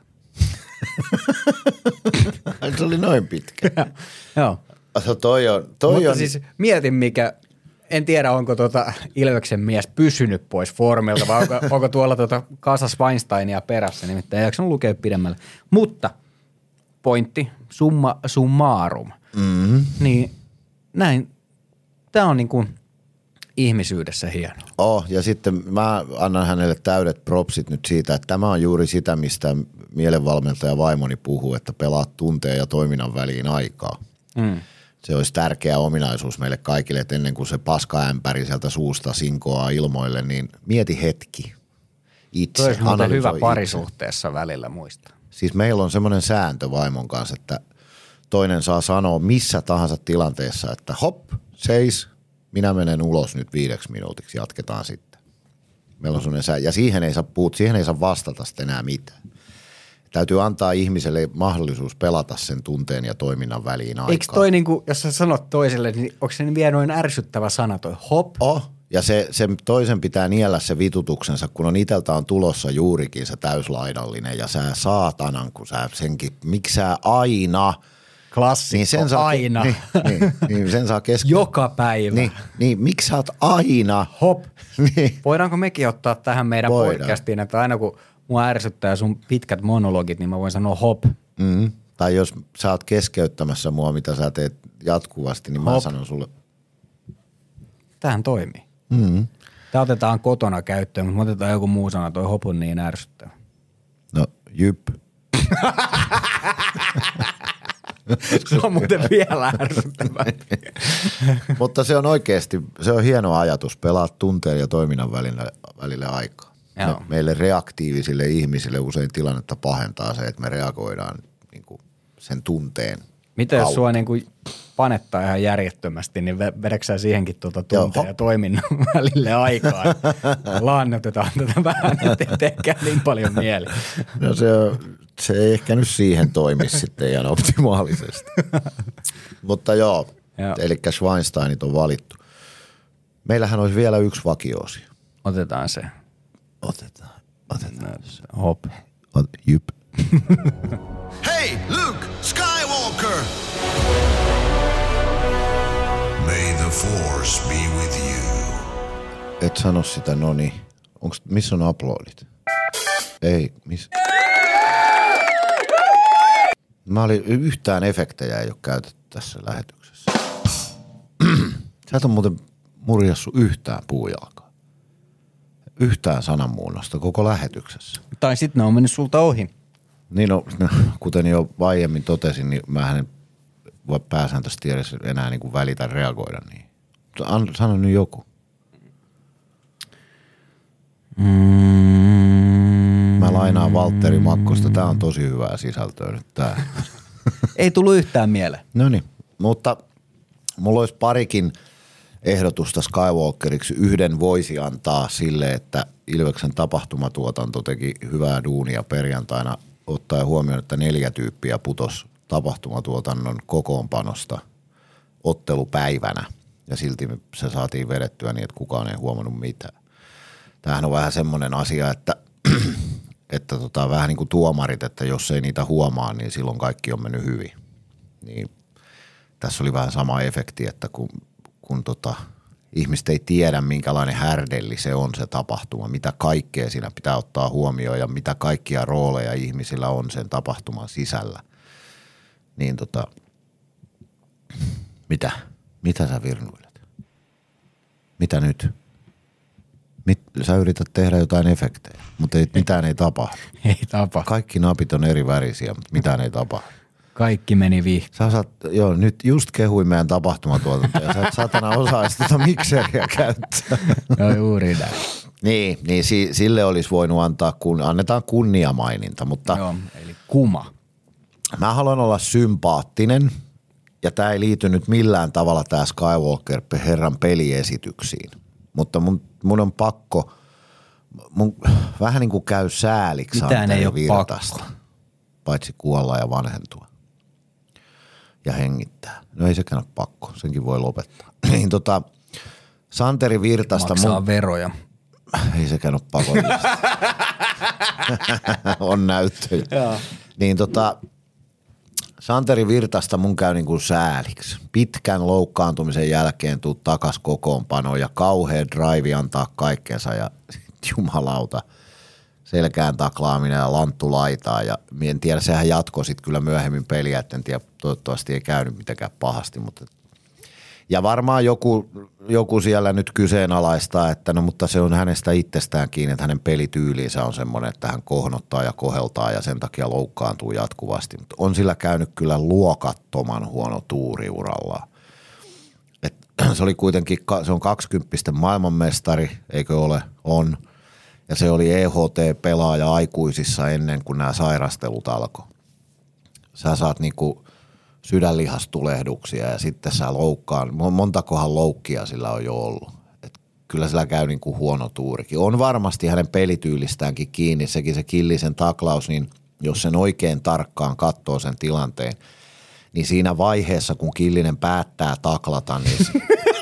Se oli noin pitkä. Joo. So, toi on, toi Mutta on... siis mietin mikä... En tiedä, onko tuota Ilveksen mies pysynyt pois foorumilta vai onko, onko tuolla tuota kasas Weinsteinia perässä, nimittäin ei jaksanut lukea pidemmälle. Mutta pointti, summa summarum, mm-hmm. niin näin, tämä on niin kuin ihmisyydessä hienoa. Oh, ja sitten mä annan hänelle täydet propsit nyt siitä, että tämä on juuri sitä, mistä mielenvalmentaja vaimoni puhuu, että pelaat tunteen ja toiminnan väliin aikaa. Mm. Se olisi tärkeä ominaisuus meille kaikille, että ennen kuin se paskaämpäri sieltä suusta sinkoaa ilmoille, niin mieti hetki itse. Se olisi muuten hyvä parisuhteessa välillä muistaa. Siis meillä on semmoinen sääntö vaimon kanssa, että toinen saa sanoa missä tahansa tilanteessa, että hop, seis, minä menen ulos nyt viideksi minuutiksi, jatketaan sitten. Meillä on semmoinen sääntö, ja siihen ei saa puhua, siihen ei saa vastata sitten enää mitään. Täytyy antaa ihmiselle mahdollisuus pelata sen tunteen ja toiminnan väliin aikaa. Eikö toi niinku, jos sä sanot toiselle, niin onko se vielä noin ärsyttävä sana toi hop? Oh, ja se, se toisen pitää niellä se vitutuksensa, kun on iteltä on tulossa juurikin se täyslaidallinen ja sä saatanan, kun sä senkin, miksi sä aina... Klassikko, niin sen saa, aina. Niin, niin, niin sen saa keskellä. Joka päivä. Niin, niin, miksi sä oot aina... Hop. Niin. Voidaanko mekin ottaa tähän meidän Voidaan. podcastiin, että aina kun... Mua ärsyttää sun pitkät monologit, niin mä voin sanoa hop. Mm. Tai jos sä oot keskeyttämässä mua, mitä sä teet jatkuvasti, niin hop. Mä sanon sulle. Tämähän toimii. Mm. Tää otetaan kotona käyttöön, mutta me otetaan joku muu sana, toi hop on niin ärsyttävä. No, jyp. Se on muuten vielä ärsyttävää. Mutta se on oikeasti, se on hieno ajatus, pelaat tunteen ja toiminnan välillä, välillä aikaa. Me, meille reaktiivisille ihmisille usein tilannetta pahentaa se, että me reagoidaan niin kuin sen tunteen. Mitä jos sua niin kuin panettaa ihan järjettömästi, niin vedäksä siihenkin tuota tunteen Joo, ja toiminnan välille aikaa. Laannutetaan tätä vähän, ettei tehkään niin paljon mieli. No se, se ei ehkä nyt siihen toimi sitten ihan optimaalisesti. Mutta joo, joo. Eli Schweinsteinit on valittu. Meillähän olisi vielä yksi vakio-osio. Otetaan se. Otetaan, otetaan. Hop. Ot, jyp. Hey, Luke Skywalker! May the Force be with you. Et sano sitä, no niin. Onks, missä on uploadit? Ei, missä? Mä olin, yhtään efektejä ei ole käytetty tässä lähetyksessä. Sä et on muuten murjassu yhtään puujalkaa. Yhtään sananmuunnosta koko lähetyksessä. Tai sitten ne on mennyt sulta ohi. Niin no, kuten jo aiemmin totesin, niin mä en voi pääsääntöisesti edes enää niin kuin välitä reagoida niin. Sano nyt joku. Mm. Mä lainaan Valtteri Makkosta. Tää on tosi hyvää sisältöä nyt tää. Ei tullut yhtään mieleen. No niin, mutta mulla olisi parikin ehdotusta Skywalkeriksi. Yhden voisi antaa sille, että Ilveksen tapahtumatuotanto teki hyvää duunia perjantaina ottaen huomioon, että neljä tyyppiä putos tapahtumatuotannon kokoonpanosta ottelupäivänä ja silti se saatiin vedettyä niin, että kukaan ei huomannut mitään. Tämähän on vähän semmoinen asia, että, että tota, vähän niin kuin tuomarit, että jos ei niitä huomaa, niin silloin kaikki on mennyt hyvin. Niin tässä oli vähän sama efekti, että kun, kun tota, ihmiset ei tiedä, minkälainen härdelli se on se tapahtuma, mitä kaikkea siinä pitää ottaa huomioon ja mitä kaikkia rooleja ihmisillä on sen tapahtuman sisällä. Niin tota, mitä? Mitä sä virnuilet? Mitä nyt? Mit, sä yrität tehdä jotain efektejä, mutta ei, mitään ei tapahdu. Ei tapahdu. Kaikki napit on eri värisiä, mutta mitään ei tapahdu. Kaikki meni vihti. Sä saat, joo, nyt just kehuin meidän tapahtumatuotantoa ja sä et satana osaa sitä mikseriä käyttää. No juuri näin. Niin, niin si, sille olisi voinut antaa, kun annetaan kunniamaininta, mutta joo, eli kuma. Mä haluan olla sympaattinen ja tää ei liity nyt millään tavalla tää Skywalker herran peliesityksiin, mutta mun, mun on pakko, mun vähän niin kuin käy sääliksi Santeri Virtasta, paitsi kuolla ja vanhentua ja hengittää. No ei sekään ole pakko, senkin voi lopettaa. Niin tota, Santeri Virtasta maksaa mun, veroja. Ei sekään ole pakollista. On näyttöjä. Niin tota, Santeri Virtasta mun käy niin kuin sääliksi. Pitkän loukkaantumisen jälkeen tuu takas kokoonpanoon ja kauhea drive antaa kaikkensa ja jumalauta selkään taklaaminen ja lanttu laitaa ja en tiedä, sehän jatkoi sitten kyllä myöhemmin peliä, et en tiedä, toivottavasti ei käynyt mitenkään pahasti, mutta ja varmaan joku, joku siellä nyt kyseenalaistaa, että no mutta se on hänestä itsestään kiinni, että hänen pelityyliinsä on semmoinen, että hän kohnottaa ja koheltaa ja sen takia loukkaantuu jatkuvasti. Mutta on sillä käynyt kyllä luokattoman huono tuuri urallaan. Et se oli kuitenkin, se on kaksikymppisten maailmanmestari, eikö ole? On. Ja se oli E H T-pelaaja aikuisissa ennen kuin nämä sairastelut alkoi. Sä saat niinku sydänlihastulehduksia ja sitten sä loukkaan. Montakohan loukkia sillä on jo ollut. Et kyllä sillä käy niin kuin huono tuurikin. On varmasti hänen pelityylistäänkin kiinni. Sekin se Killisen taklaus, niin jos sen oikein tarkkaan katsoo sen tilanteen, niin siinä vaiheessa, kun Killinen päättää taklata, niin se...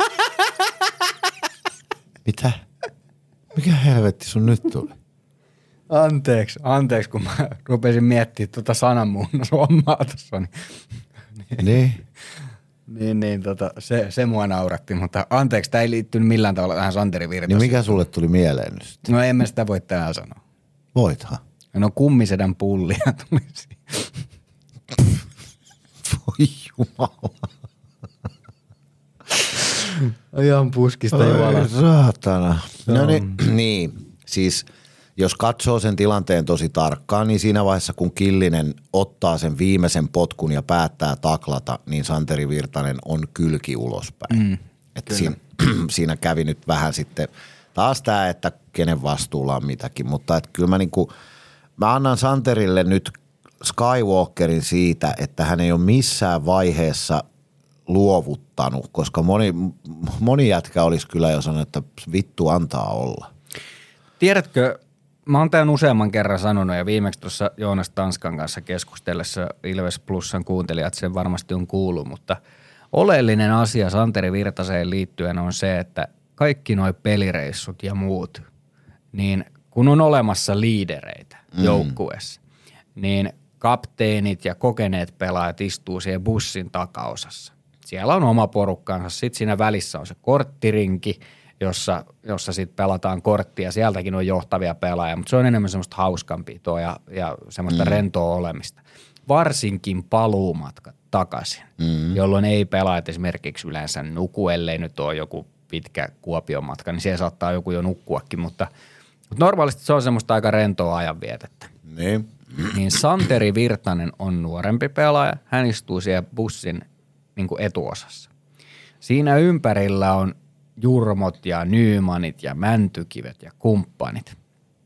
Mitä? Mikä helvetti sun nyt tuli? Anteeksi, anteeksi, kun mä rupesin miettimään tuota sananmuunnoshommaa tuossa, niin... Niin. niin, niin tota, se, se mua nauratti, mutta anteeksi, tämä ei liittynyt millään tavalla tähän Santeri Virtaseen. Niin mikä sulle tuli mieleen nyt sitten? No emme sitä voi tänään sanoa. Voithan. No kummisedän pullia tuli siihen. Voi jumala. Ihan puskista juola. Ai saatana. No niin, niin, siis... Jos katsoo sen tilanteen tosi tarkkaan, niin siinä vaiheessa, kun Killinen ottaa sen viimeisen potkun ja päättää taklata, niin Santeri Virtanen on kylki ulospäin. Mm, että siinä, siinä kävi nyt vähän sitten taas tämä, että kenen vastuulla on mitäkin, mutta että kyllä mä, niinku, mä annan Santerille nyt Skywalkerin siitä, että hän ei ole missään vaiheessa luovuttanut, koska moni, moni jätkä olisi kyllä jo sanonut, että vittu antaa olla. Tiedätkö, mä oon tämän useamman kerran sanonut ja viimeksi tuossa Joonas Tanskan kanssa keskustellessa Ilves Plusan kuuntelijat sen varmasti on kuullut, mutta oleellinen asia Santeri Virtaseen liittyen on se, että kaikki noi pelireissut ja muut, niin kun on olemassa liidereitä mm. joukkueessa, niin kapteenit ja kokeneet pelaajat istuu siihen bussin takaosassa. Siellä on oma porukkansa. Sitten siinä välissä on se korttirinki, jossa, jossa sitten pelataan korttia. Sieltäkin on johtavia pelaajia, mutta se on enemmän semmoista hauskanpitoa ja, ja semmoista mm. rentoa olemista. Varsinkin paluumatkat takaisin, mm. jolloin ei pelaajat esimerkiksi yleensä nuku, ellei nyt ole joku pitkä Kuopion matka, niin siellä saattaa joku jo nukkuakin, mutta, mutta normaalisti se on semmoista aika rentoa ajanvietettä. Niin. Niin Santeri Virtanen on nuorempi pelaaja. Hän istuu siellä bussin niin kuin etuosassa. Siinä ympärillä on Jurmot ja Nymanit ja Mäntykivet ja kumppanit.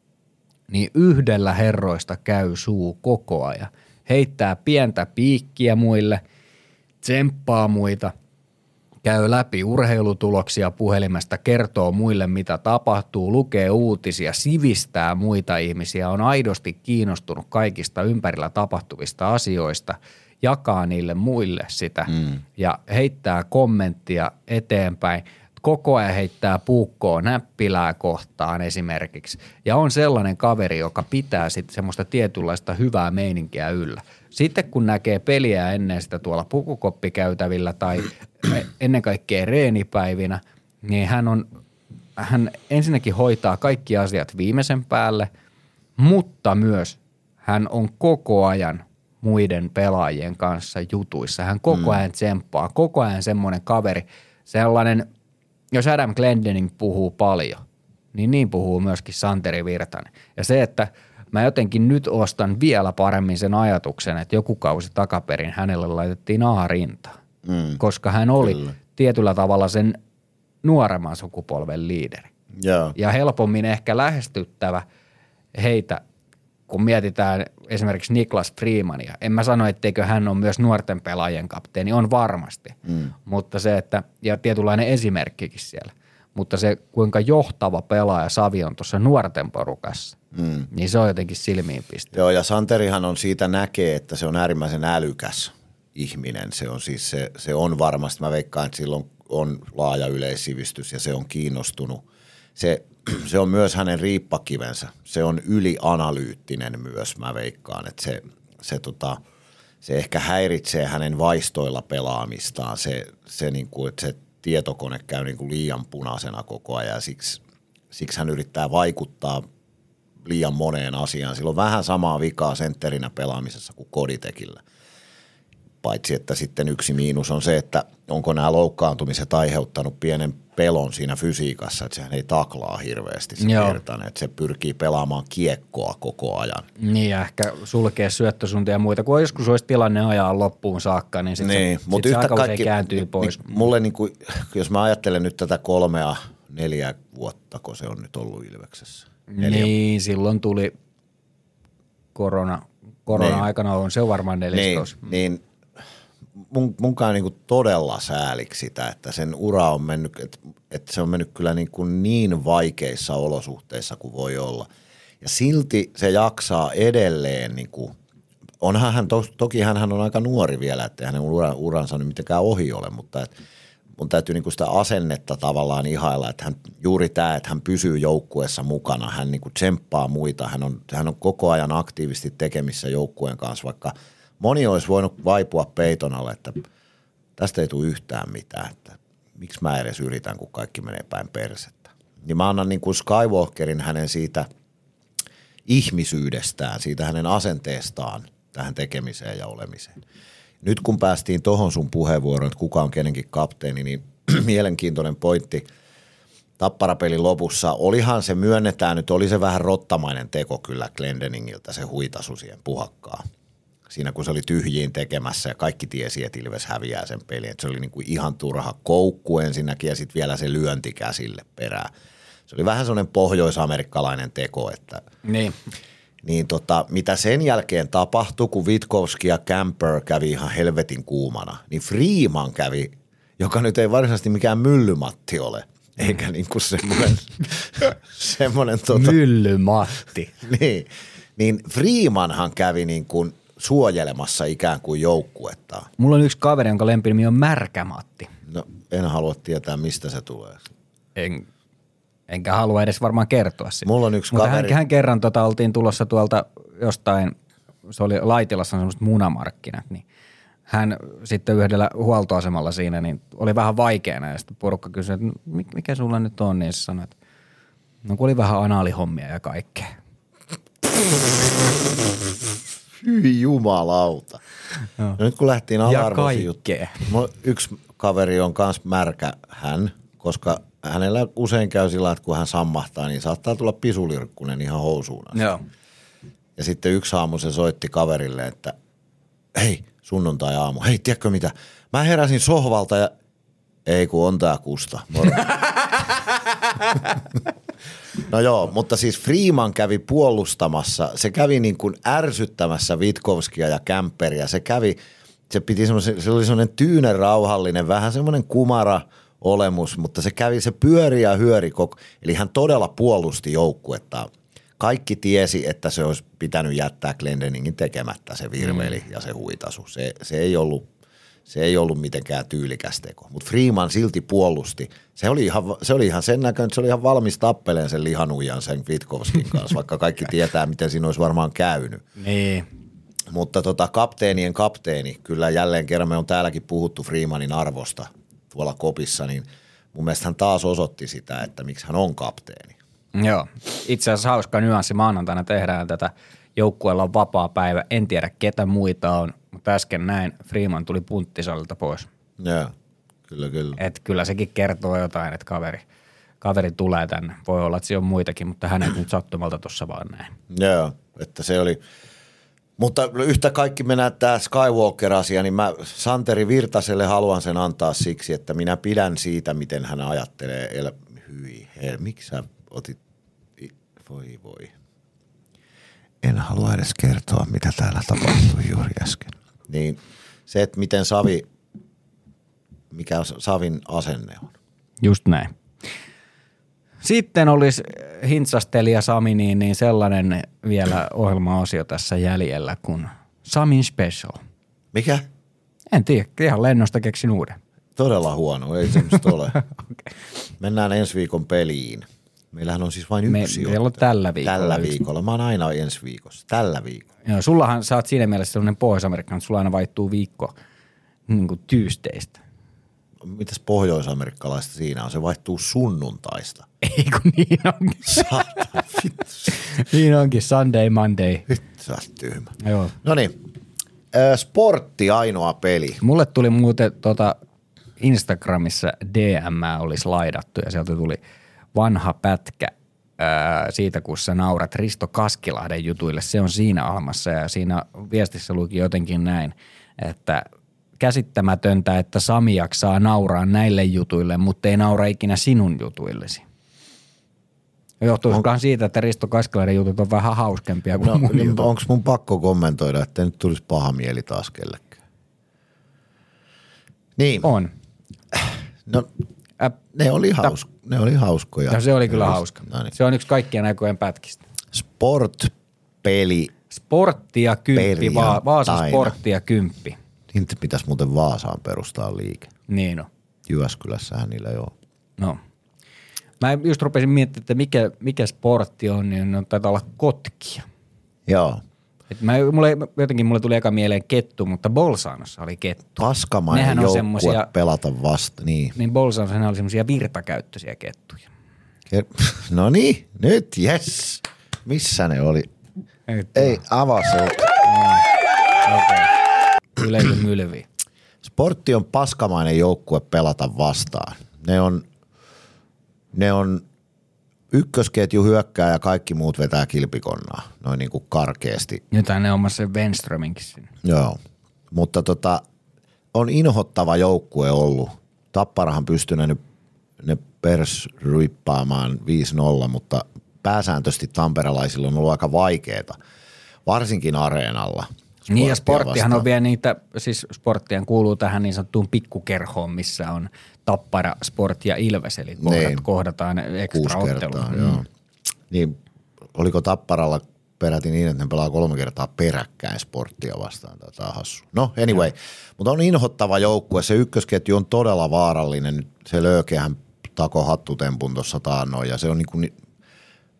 Niin yhdellä herroista käy suu koko ajan. Heittää pientä piikkiä muille, tsemppaa muita, käy läpi urheilutuloksia puhelimesta, kertoo muille mitä tapahtuu, lukee uutisia, sivistää muita ihmisiä, on aidosti kiinnostunut kaikista ympärillä tapahtuvista asioista, jakaa niille muille sitä mm. ja heittää kommenttia eteenpäin. Koko ajan heittää puukkoa näppilää kohtaan esimerkiksi ja on sellainen kaveri, joka pitää sitten semmoista tietynlaista hyvää meininkiä yllä. Sitten kun näkee peliä ennen sitä tuolla pukukoppikäytävillä tai ennen kaikkea reenipäivinä, niin hän on, hän ensinnäkin hoitaa kaikki asiat viimeisen päälle, mutta myös hän on koko ajan muiden pelaajien kanssa jutuissa. Hän koko ajan tsemppaa, koko ajan semmoinen kaveri, sellainen, jos Adam Glendening puhuu paljon, niin niin puhuu myöskin Santeri Virtanen. Ja se, että mä jotenkin nyt ostan vielä paremmin sen ajatuksen, että joku kausi takaperin hänelle laitettiin A-rinta, mm, koska hän oli kyllä tietyllä tavalla sen nuoremman sukupolven liideri. Yeah. Ja helpommin ehkä lähestyttävä heitä, kun mietitään esimerkiksi Niklas Freemania. En mä sano, etteikö hän ole myös nuorten pelaajien kapteeni, on varmasti, mm. mutta se, että, ja tietynlainen esimerkkikin siellä, mutta se kuinka johtava pelaaja Savi on tuossa nuorten porukassa, mm. niin se on jotenkin silmiin pistetty. Joo, ja Santerihan on siitä näkee, että se on äärimmäisen älykäs ihminen. Se on siis, se, se on varmasti, mä veikkaan, että silloin on laaja yleissivistys ja se on kiinnostunut. Se, se on myös hänen riippakivensä. Se on ylianalyyttinen myös, mä veikkaan, että se, se, tota, se ehkä häiritsee hänen vaistoilla pelaamistaan. Se, se, niin kuin, että se tietokone käy niin kuin liian punaisena koko ajan ja siksi, siksi hän yrittää vaikuttaa liian moneen asiaan. Sillä on vähän samaa vikaa sentterinä pelaamisessa kuin Koditekillä. Paitsi, että sitten yksi miinus on se, että onko nämä loukkaantumiset aiheuttanut pienen pelon siinä fysiikassa, että sehän ei taklaa hirveästi se Virtanen, että se pyrkii pelaamaan kiekkoa koko ajan. Niin ja ehkä sulkee syöttösuuntia ja muita, kun joskus olisi tilanne ajaa loppuun saakka, niin sitten niin, se, sit se aika usein kääntyy pois. Niin, mulle niin kuin, jos mä ajattelen nyt tätä kolmea, neljä vuotta, kun se on nyt ollut Ilveksessä. Neljä. Niin, silloin tuli korona, korona-aikana on se on varmaan neljästoista. Niin, niin mun, munkaan niin kuin todella sääliksi sitä, että sen ura on mennyt, että, että se on mennyt kyllä niin, kuin niin vaikeissa olosuhteissa kuin voi olla. Ja silti se jaksaa edelleen, niin kuin, onhan hän, to, toki hän on aika nuori vielä, että hänen ura, uransa nyt mitenkään ohi ole, mutta et, mun täytyy niin kuin sitä asennetta tavallaan ihailla, että hän, juuri tämä, että hän pysyy joukkueessa mukana, hän niin kuin tsemppaa muita, hän on, hän on koko ajan aktiivisesti tekemissä joukkueen kanssa, vaikka moni olisi voinut vaipua peiton alle, että tästä ei tule yhtään mitään, että miksi mä edes yritän, kun kaikki menee päin persettä. Niin mä annan niin kuin Skywalkerin hänen siitä ihmisyydestään, siitä hänen asenteestaan tähän tekemiseen ja olemiseen. Nyt kun päästiin tohon sun puheenvuoroon, että kuka on kenenkin kapteeni, niin mielenkiintoinen pointti Tapparapelin lopussa. Olihan se, myönnetään nyt, oli se vähän rottamainen teko kyllä Glendeningiltä, se huitasu siihen puhakkaan. Siinä kun se oli tyhjiin tekemässä ja kaikki tiesi, että Ilves häviää sen pelin. Että se oli niin kuin ihan turha koukku ensinnäkin ja sitten vielä se lyönti käsille perään. Se oli vähän sellainen pohjoisamerikkalainen teko, että niin. Niin tota, mitä sen jälkeen tapahtui, kun Witkowski ja Camper kävi ihan helvetin kuumana, niin Freeman kävi, joka nyt ei varsinaisesti mikään Myllymatti ole, eikä niin kuin semmoinen, semmoinen tota, Myllymatti. niin, niin Freemanhan kävi niin kuin suojelemassa ikään kuin joukkuetta. Mulla on yksi kaveri, jonka lempinimi on Märkämatti. No en halua tietää, mistä se tulee. En, enkä halua edes varmaan kertoa sitä. Mulla on yksi Mutta kaveri. Hän, hän kerran tota, oltiin tulossa tuolta jostain se oli Laitilassa on semmoiset munamarkkinat, niin hän sitten yhdellä huoltoasemalla siinä, niin oli vähän vaikeana ja sitten porukka kysyi, että mikä sulla nyt on, niin se sanoi, että no kun oli vähän anaalihommia ja kaikkea. Hyi jumalauta. No. No nyt kun lähtiin ala-arvoisiin juttuun. Yksi kaveri on kans märkä hän, koska hänellä usein käy sillä, että kun hän sammahtaa, niin saattaa tulla pisulirkkunen ihan housuun asti. Joo. Ja sitten yksi aamu se soitti kaverille, että hei, sunnuntai-aamu, hei, tiedätkö mitä? Mä heräsin sohvalta ja ei kun on tää Kusta, moro. No joo, mutta siis Freeman kävi puolustamassa, se kävi niin kuin ärsyttämässä Wittkowskia ja Kämpperiä, se kävi, se piti semmoisen, se oli semmoinen tyynen rauhallinen, vähän semmoinen kumara olemus, mutta se kävi, se pyöri ja hyöri koko, eli hän todella puolusti joukkuetta. Kaikki tiesi, että se olisi pitänyt jättää Glendeningin tekemättä se virveli mm. ja se huitasu. Se, se, ei ollut, se ei ollut mitenkään tyylikäs teko, mutta Freeman silti puolusti. Se oli ihan, se oli ihan sen näköinen, että se oli ihan valmis tappeleen sen lihanuijan sen Wittkowskin kanssa, vaikka kaikki tietää, miten siinä olisi varmaan käynyt. Niin. Mutta tota, kapteenien kapteeni, kyllä jälleen kerran me on täälläkin puhuttu Freemanin arvosta tuolla kopissa, niin mun mielestä hän taas osoitti sitä, että miksi hän on kapteeni. Joo. Itse asiassa hauska nyanssi. Maanantaina tehdään tätä. Joukkueella on vapaa päivä. En tiedä ketä muita on, mutta äsken näin Freeman tuli punttisalilta pois. Joo, kyllä kyllä. Et kyllä sekin kertoo jotain, että kaveri, kaveri tulee tänne. Voi olla, että siellä on muitakin, mutta hänet nyt sattumalta tuossa vaan näin. Joo, että se oli. Mutta yhtä kaikki mennään tämä Skywalker-asia, niin mä Santeri Virtaselle haluan sen antaa siksi, että minä pidän siitä, miten hän ajattelee. El- Hyi, hei, miksi sä otit, voi voi. En halua edes kertoa, mitä täällä tapahtui juuri äsken. Niin se, että miten Savi, mikä Savin asenne on. Just näin. Sitten olisi Hintsastelija Sami, niin, niin sellainen vielä ohjelmaosio tässä jäljellä kuin Samin Special. Mikä? En tiedä, ihan lennosta keksin uuden. Todella huono, ei semmoista ole. Okay. Mennään ensi viikon peliin. Meillähän on siis vain yksi. Me, meillä on tällä viikolla. Tällä viikolla. Mä oon aina ensi viikossa. Tällä viikolla. Joo, sullahan sä oot siinä mielessä sellainen Pohjois-Amerikkaan, että sulla aina vaihtuu viikko niin kuin tyysteistä. Mitäs pohjois-amerikkalaista siinä on? Se vaihtuu sunnuntaista. Ei kun niin onkin. Saatana vittu. Niin onkin, Sunday, Monday. Nyt sä oot tyhmä. Joo. Noniin, sportti ainoa peli. Mulle tuli muuten tota Instagramissa D M olisi laidattu ja sieltä tuli vanha pätkä ää, siitä, kun sä naurat Risto Kaskilahden jutuille. Se on siinä almassa ja siinä viestissä luki jotenkin näin, että käsittämätöntä, että Sami jaksaa nauraa näille jutuille, mutta ei naura ikinä sinun jutuillesi. Johtuisikohan siitä, että Risto Kaskilahden jutut on vähän hauskempia kuin no, mun niin jutut? Onko mun pakko kommentoida, että nyt tulisi paha mieli taas kellekään? Niin. On. No, Ä, ne, oli haus, ne oli hauskoja. No se oli kyllä hauska. No niin. Se on yksi kaikkien aikojen pätkistä. Sport-peli. Sporttia kymppi, Va- Vaasa sporttia kymppi. Niin pitäisi muuten Vaasaan perustaa liike. Niin on. Jyväskylässähän niillä joo. No. Mä just rupesin miettimään, että mikä, mikä sportti on, niin on taitaa olla kotkia. Joo. Et mä, mulle, jotenkin mulle tuli eka mieleen kettu, mutta Bolzanossa oli kettu. Paskamainen joukkue semmosia, pelata vasta, niin. Niin Bolzanossa oli semmoisia virtakäyttöisiä kettuja. No niin, nyt jes. Missä ne oli? Nyt Ei, avaa se. Okay. Yleisö mylvii. Sportti on paskamainen joukkue pelata vastaan. Ne on, ne on ykkösketju hyökkää ja kaikki muut vetää kilpikonnaa, noin niin kuin karkeasti. Jotain ne omassa sen Wenströminkin sinne. Joo, mutta tota, on inhottava joukkue ollut. Tapparahan pystynyt ne, ne pers ryppaamaan viisi nolla, mutta pääsääntöisesti tamperelaisilla on ollut aika vaikeeta, varsinkin areenalla. Niin ja sporttihan vastaan. On vielä niitä, siis sporttien kuuluu tähän niin sanottuun pikkukerhoon, missä on Tappara, Sport ja Ilves, eli kohdat, niin. kohdataan ekstra ottelua. Mm. Niin oliko Tapparalla peräti niin, että ne pelaa kolme kertaa peräkkäin Sporttia vastaan, tätä on hassu. No anyway, ja. Mutta on inhottava joukkue, se ykkösketju on todella vaarallinen, se Löökehän tako hattutempun tuossa taannoin ja se on niin kuin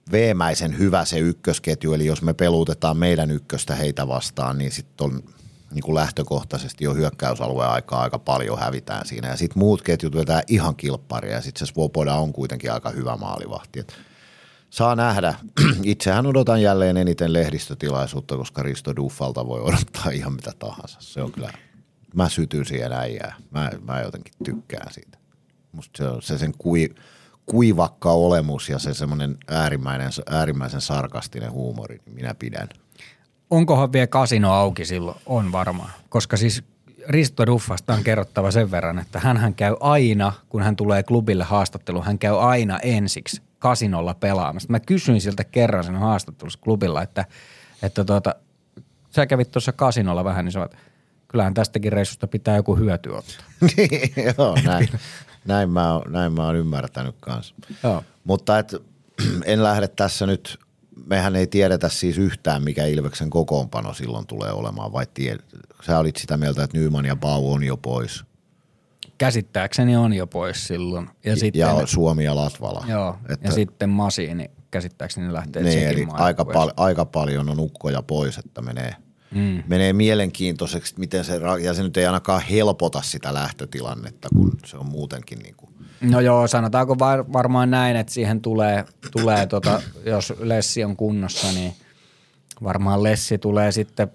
veemäisen hyvä se ykkösketju, eli jos me peluutetaan meidän ykköstä heitä vastaan, niin sitten on niin kuin lähtökohtaisesti jo hyökkäysalueen aikaa aika paljon hävitään siinä. Ja sitten muut ketjut vetää ihan kilpparia ja sitten se Svoboda on kuitenkin aika hyvä maalivahti. Et saa nähdä. Itsehän odotan jälleen eniten lehdistötilaisuutta, koska Risto Duffalta voi odottaa ihan mitä tahansa. Se on kyllä, mä sytyn siihen äijää. Mä, mä jotenkin tykkään siitä. Musta se on se sen kui, kuivakka olemus ja se semmoinen äärimmäinen, äärimmäisen sarkastinen huumori, niin minä pidän. Onkohan vielä kasino auki silloin? On varmaan. Koska siis Risto Duffasta on kerrottava sen verran, että hänhän käy aina, kun hän tulee klubille haastatteluun, hän käy aina ensiksi kasinolla pelaamassa. Mä kysyin siltä kerran sen haastattelussa klubilla, että, että tuota, sä kävit tuossa kasinolla vähän, niin sanoit, kyllähän tästäkin reissusta pitää joku hyöty ottaa. Niin, joo, näin, näin, mä oon, näin mä oon ymmärtänyt kanssa. Joo. Mutta et, en lähde tässä nyt, mehän ei tiedetä siis yhtään, mikä Ilveksen kokoonpano silloin tulee olemaan, vai tied, sä olit sitä mieltä, että Nyman ja Bau on jo pois. Käsittääkseni on jo pois silloin. Ja, ja sitten, Suomi ja Latvala. Joo, että, ja sitten Masiini käsittääkseni lähtee niin, Tsekin eli aika, pal- aika paljon on ukkoja pois, että menee, mm. menee mielenkiintoiseksi, miten se, ja se nyt ei ainakaan helpota sitä lähtötilannetta, kun se on muutenkin niin kuin. No joo, sanotaanko var, varmaan näin, että siihen tulee, tulee tota, jos Lessi on kunnossa, niin varmaan Lessi tulee sitten,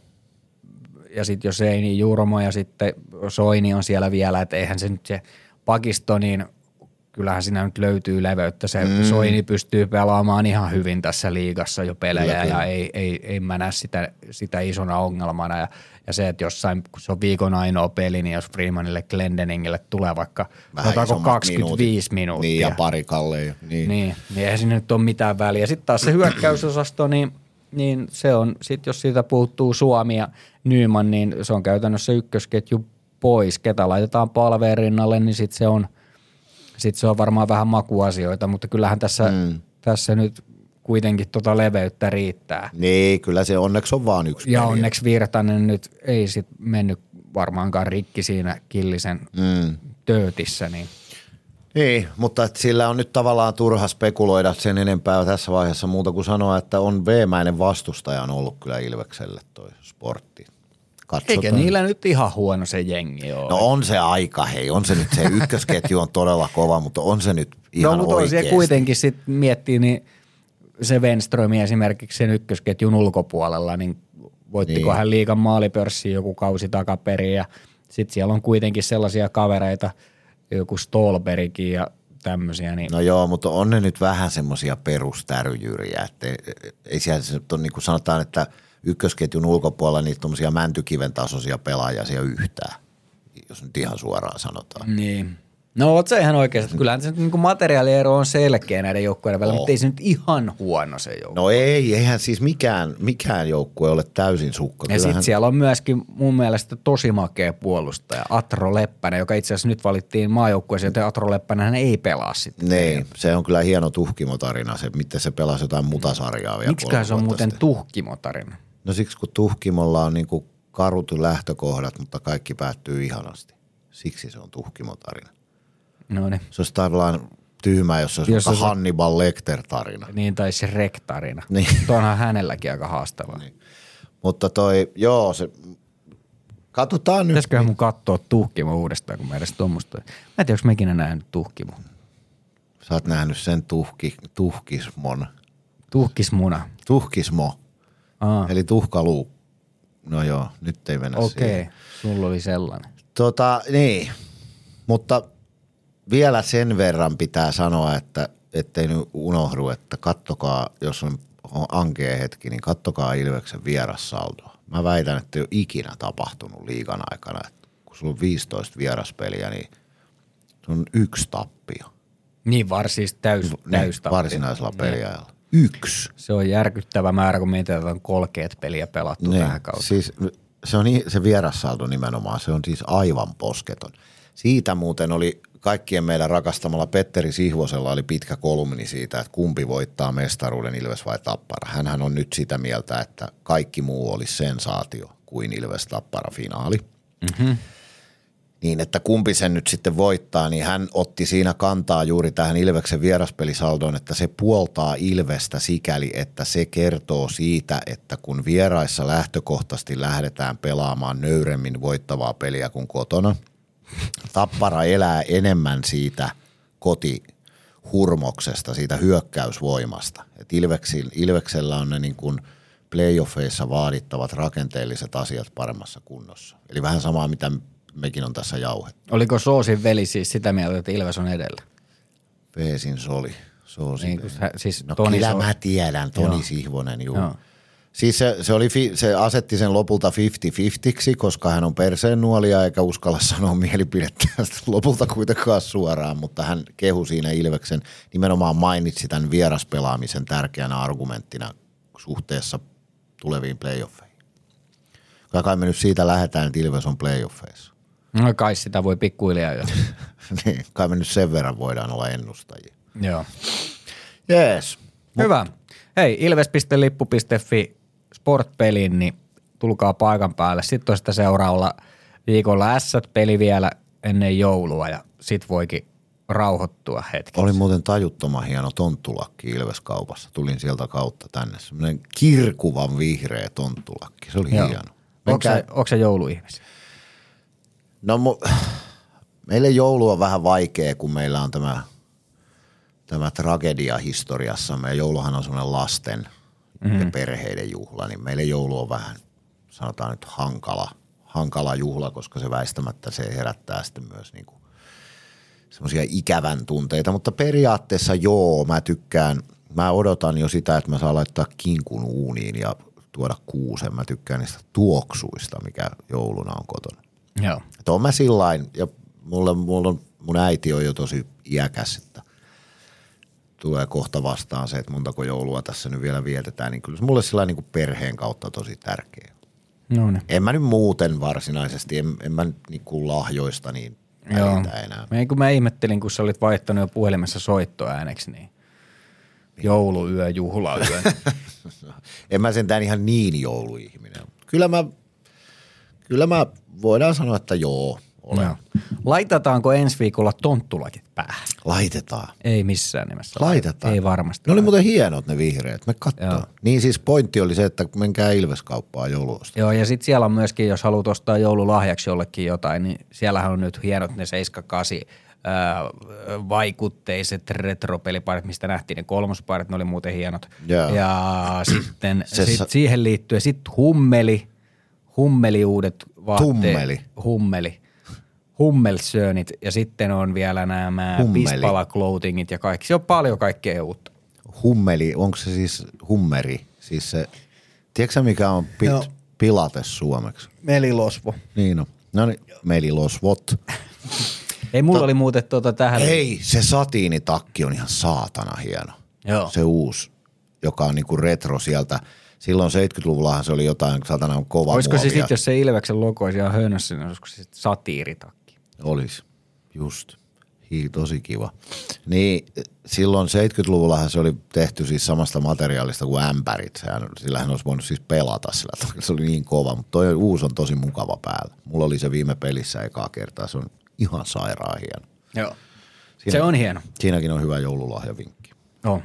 ja sitten jos ei, niin Jurmo ja sitten Soini on siellä vielä, että eihän se nyt se pakisto, niin kyllähän siinä nyt löytyy leveyttä. Se mm. Soini pystyy pelaamaan ihan hyvin tässä liigassa jo pelejä kyllä, ja ei, ei, ei mä näe sitä, sitä isona ongelmana. Ja, ja se, että jossain, kun se on viikon ainoa peli, niin jos Freemanille, Glendeningille tulee vaikka kaksikymmentäviisi minuuttia. Niin ja pari kalleja. Niin. Niin, niin eihän siinä nyt ole mitään väliä. Sitten taas se hyökkäysosasto, niin, niin se on, sit jos siitä puuttuu Suomi ja Nyman, niin se on käytännössä ykkösketju pois. Ketä laitetaan palveen rinnalle, niin sitten se on Sitten se on varmaan vähän makuasioita, mutta kyllähän tässä, mm. tässä nyt kuitenkin tota leveyttä riittää. Niin, kyllä se onneksi on vaan yksi Ja peli. onneksi Virtanen nyt ei sit mennyt varmaankaan rikki siinä Killisen mm. töötissä. Niin. Niin, mutta sillä on nyt tavallaan turha spekuloida sen enempää tässä vaiheessa muuta kuin sanoa, että on veemäinen vastustaja on ollut kyllä Ilvekselle toi Sportti. Katsotaan. Eikä niillä nyt ihan huono se jengi ole. No on se aika, hei. On se nyt, se ykkösketju on todella kova, mutta on se nyt ihan no, mutta oikeasti. kuitenkin sitten miettii, niin se Wenström esimerkiksi sen ykkösketjun ulkopuolella, niin voittiko niin. hän liigan maalipörssiin joku kausi takaperin ja sitten siellä on kuitenkin sellaisia kavereita, joku Stolbergkin ja tämmöisiä. Niin. No joo, mutta on ne nyt vähän semmoisia perustäryjyriä, että ei, ei siellä se on niin kuin sanotaan, että ykkösketjun ulkopuolella niitä tommosia mäntykiven tasoisia pelaajia siellä yhtään, jos nyt ihan suoraan sanotaan. Niin. No oot sä ihan oikeasti. Kyllähän se niin materiaaliero on selkeä näiden joukkueiden välillä, oh. mutta ei se nyt ihan huono se joukkue. No ei, eihän siis mikään, mikään joukkue ole täysin sukka. Ja sitten siellä on myöskin mun mielestä tosi makea puolustaja, Atro Leppänen, joka itse asiassa nyt valittiin maajoukkueeseen, joten Atro Leppänen ei pelaa sitten. Niin, se on kyllä hieno tuhkimotarina, se, miten se pelasi jotain mutasarjaa vielä. Miksiköhän se on muuten sitten tuhkimotarina? No siksi, kun tuhkimolla on niin kuin karut lähtökohdat, mutta kaikki päättyy ihanasti. Siksi se on tuhkimotarina. No niin. Se olisi tavallaan tyhmää, jos se olisi jos vaikka Hannibal Lecter-tarina. Niin, tai se Rek-tarina. Niin. Tuo onhan hänelläkin aika haastavaa. Niin. Mutta toi, joo, se, katsotaan nyt. Pitäisiköhän mun katsoa tuhkimo uudestaan, kun mä edes tuommoista. Mä en tiedä, onko mekin nähnyt tuhkimo. Sä oot nähnyt sen tuhki, tuhkismon. Tuhkismuna. Tuhkismo. Aa. Eli tuhkaluu. No joo, nyt ei mennä Okei, siihen. Okei, sulla oli sellainen. Tota, niin, mutta vielä sen verran pitää sanoa, että ettei nyt unohdu, että kattokaa, jos on ankea hetki, niin kattokaa Ilveksen vierassaldoa. Mä väitän, että ei ole ikinä tapahtunut liigan aikana, että kun sulla on viisitoista vieraspeliä, niin se on yksi tappio. Niin, var, siis täys, täys tappio. Varsinaisella peliajalla. Yksi. Se on järkyttävä määrä, kun mietitään, on kolkeet peliä pelattu niin, tähän kautta. Siis se on se vierassaldo nimenomaan, se on siis aivan posketon. Siitä muuten oli kaikkien meidän rakastamalla Petteri Sihvosella oli pitkä kolumni siitä, että kumpi voittaa mestaruuden, Ilves vai Tappara. Hänhän on nyt sitä mieltä, että kaikki muu olisi sensaatio kuin Ilves-Tappara-finaali. Mm-hmm. niin että kumpi sen nyt sitten voittaa, niin hän otti siinä kantaa juuri tähän Ilveksen vieraspelisaldoon, että se puoltaa Ilvestä sikäli, että se kertoo siitä, että kun vieraissa lähtökohtaisesti lähdetään pelaamaan nöyremmin voittavaa peliä kuin kotona, Tappara elää enemmän siitä kotihurmoksesta, siitä hyökkäysvoimasta. Et Ilveksellä on ne niin kuin playoffeissa vaadittavat rakenteelliset asiat paremmassa kunnossa. Eli vähän samaa, mitä mekin on tässä jauhettu. Oliko Soosin veli siis sitä mieltä, että Ilves on edellä? Veesin Soli. Soosin niin, hän, siis no Toni kyllä so- mä tiedän, Toni Joo. Sihvonen, juu. Joo. Siis se, se, oli, se asetti sen lopulta viisikymmentä viisikymmentä, koska hän on perseen nuolia eikä uskalla sanoa mielipidettä lopulta kuitenkaan suoraan, mutta hän kehui siinä Ilveksen, nimenomaan mainitsi tämän vieraspelaamisen tärkeänä argumenttina suhteessa tuleviin playoffeihin. Kai me nyt siitä lähdetään, että Ilves on playoffeissa. No kai sitä voi pikkuhiljaa jo. Niin, kai me nyt sen verran voidaan olla ennustajia. Joo. Jees. Hyvä. Hei, ilves piste lippu piste fi sportpeliin, niin tulkaa paikan päälle. Sitten on sitä seuraavalla viikolla ässät-peli vielä ennen joulua ja sit voikin rauhoittua hetki. Oli muuten tajuttoman hieno tonttulakki Ilves-kaupassa. Tulin sieltä kautta tänne. Semmoinen kirkuvan vihreä tonttulakki. Se oli Joo. hieno. Onko se, Menkää... onko se jouluihmisiä? No mu... meille joulu on vähän vaikea, kun meillä on tämä, tämä tragedia historiassa. Ja jouluhan on semmoinen lasten mm-hmm. ja perheiden juhla, niin meille joulu on vähän, sanotaan nyt hankala, hankala juhla, koska se väistämättä se herättää sitten myös niin kuin semmoisia ikävän tunteita, mutta periaatteessa joo, mä tykkään, mä odotan jo sitä, että mä saan laittaa kinkun uuniin ja tuoda kuusen. Mä tykkään niistä tuoksuista, mikä jouluna on kotona. Joo. Että on mä sillain, ja mulle, mulle on, mun äiti on jo tosi iäkäs, että tulee kohta vastaan se, että montako joulua tässä nyt vielä vietetään, niin kyllä se mulle sillain niin kuin perheen kautta tosi tärkeä. No niin. En mä nyt muuten varsinaisesti, en, en mä nyt niin kuin lahjoista niin välitä enää. Mä, kun mä ihmettelin, kun sä olit vaihtanut jo puhelimessa soittoääneksi, niin jouluyö, juhlayö. En mä sentään ihan niin jouluihminen. Kyllä mä, kyllä mä voidaan sanoa, että joo, olen. No. Laitetaanko ensi viikolla tonttulakit päähän? Laitetaan. Ei missään nimessä. Laitetaan. Ei varmasti. Ne oli muuten hienot ne vihreät, me kattoo. Joo. Niin siis pointti oli se, että menkää Ilves-kauppaan jouluosta. Joo, ja sitten siellä on myöskin, jos haluat ostaa joululahjaksi jollekin jotain, niin siellähän on nyt hienot ne seitsemän kahdeksan ää, vaikutteiset retropeliparit, mistä nähtiin ne kolmosparit, ne oli muuten hienot. Joo. Ja sitten Se sit sa- siihen liittyen sitten hummeli, hummeli uudet vaatteet. Tummeli. Hummeli. Hummelsönit ja sitten on vielä nämä Hummeli. Pispala clothingit ja kaikki. Se on paljon kaikkea uutta. Hummeli, onko se siis hummeri? Siis se, tiedätkö sä mikä on pit, Joo. pilates suomeksi? Melilosvo. Niin on. No niin, melilosvot. Ei, mulla oli muuten tuota tähän. Ei, se satiinitakki on ihan saatana hieno. Joo. Se uusi, joka on niinku retro sieltä. Silloin seitsemänkymmentäluvullahan se oli jotain satana kova Olisiko se muovia. sitten, jos se Ilveksen logo olisi ihan hönössä, niin olisiko se sitten satiiritakki? Olisi, just. Hii, tosi kiva. Niin silloin seitsemänkymmentäluvullahan se oli tehty siis samasta materiaalista kuin ämpärit. Sehän, sillähän olisi voinut siis pelata sillä. Se oli niin kova, mutta toi uusi on tosi mukava päällä. Mulla oli se viime pelissä ekaa kertaa. Se on ihan sairaan hieno. Joo. Siinä, Se on hieno. Siinäkin on hyvä joululahjavinkki. No.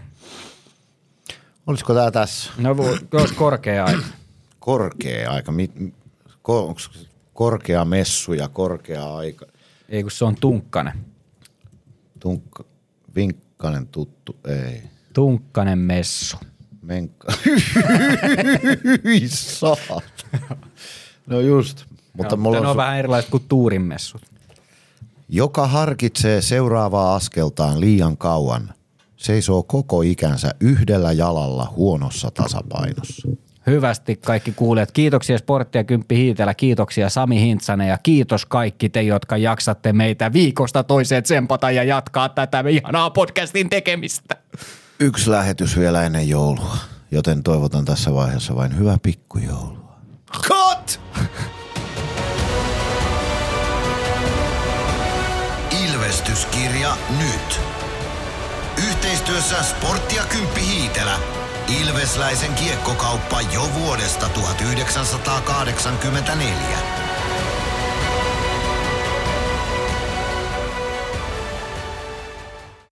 Olisiko tää tässä? No olisi korkea aika. Korkea aika. Mi, ko, onko korkea messu ja korkea aika? Ei kun se on tunkkanen. Tunkka, vinkkanen tuttu, ei. Tunkkanen messu. Menkka. Hyi saat. No just. Mutta Joo, mulla ne on on su- vähän erilaiset kuin tuurinmessut. joka harkitsee seuraavaa askeltaan liian kauan, seisoo koko ikänsä yhdellä jalalla huonossa tasapainossa. Hyvästi kaikki kuulijat. Kiitoksia Sporttia Kymppi Hiitelä, kiitoksia Sami Hintsanen ja kiitos kaikki te, jotka jaksatte meitä viikosta toiseen tsempata ja jatkaa tätä ihanaa podcastin tekemistä. Yksi lähetys vielä ennen joulua, joten toivotan tässä vaiheessa vain hyvää pikkujoulua. Cut! Ilvestyskirja nyt. Yhteistyössä Sportti ja Kymppi Hiitelä. Ilvesläisen kiekkokauppa jo vuodesta tuhatyhdeksänsataakahdeksankymmentäneljä.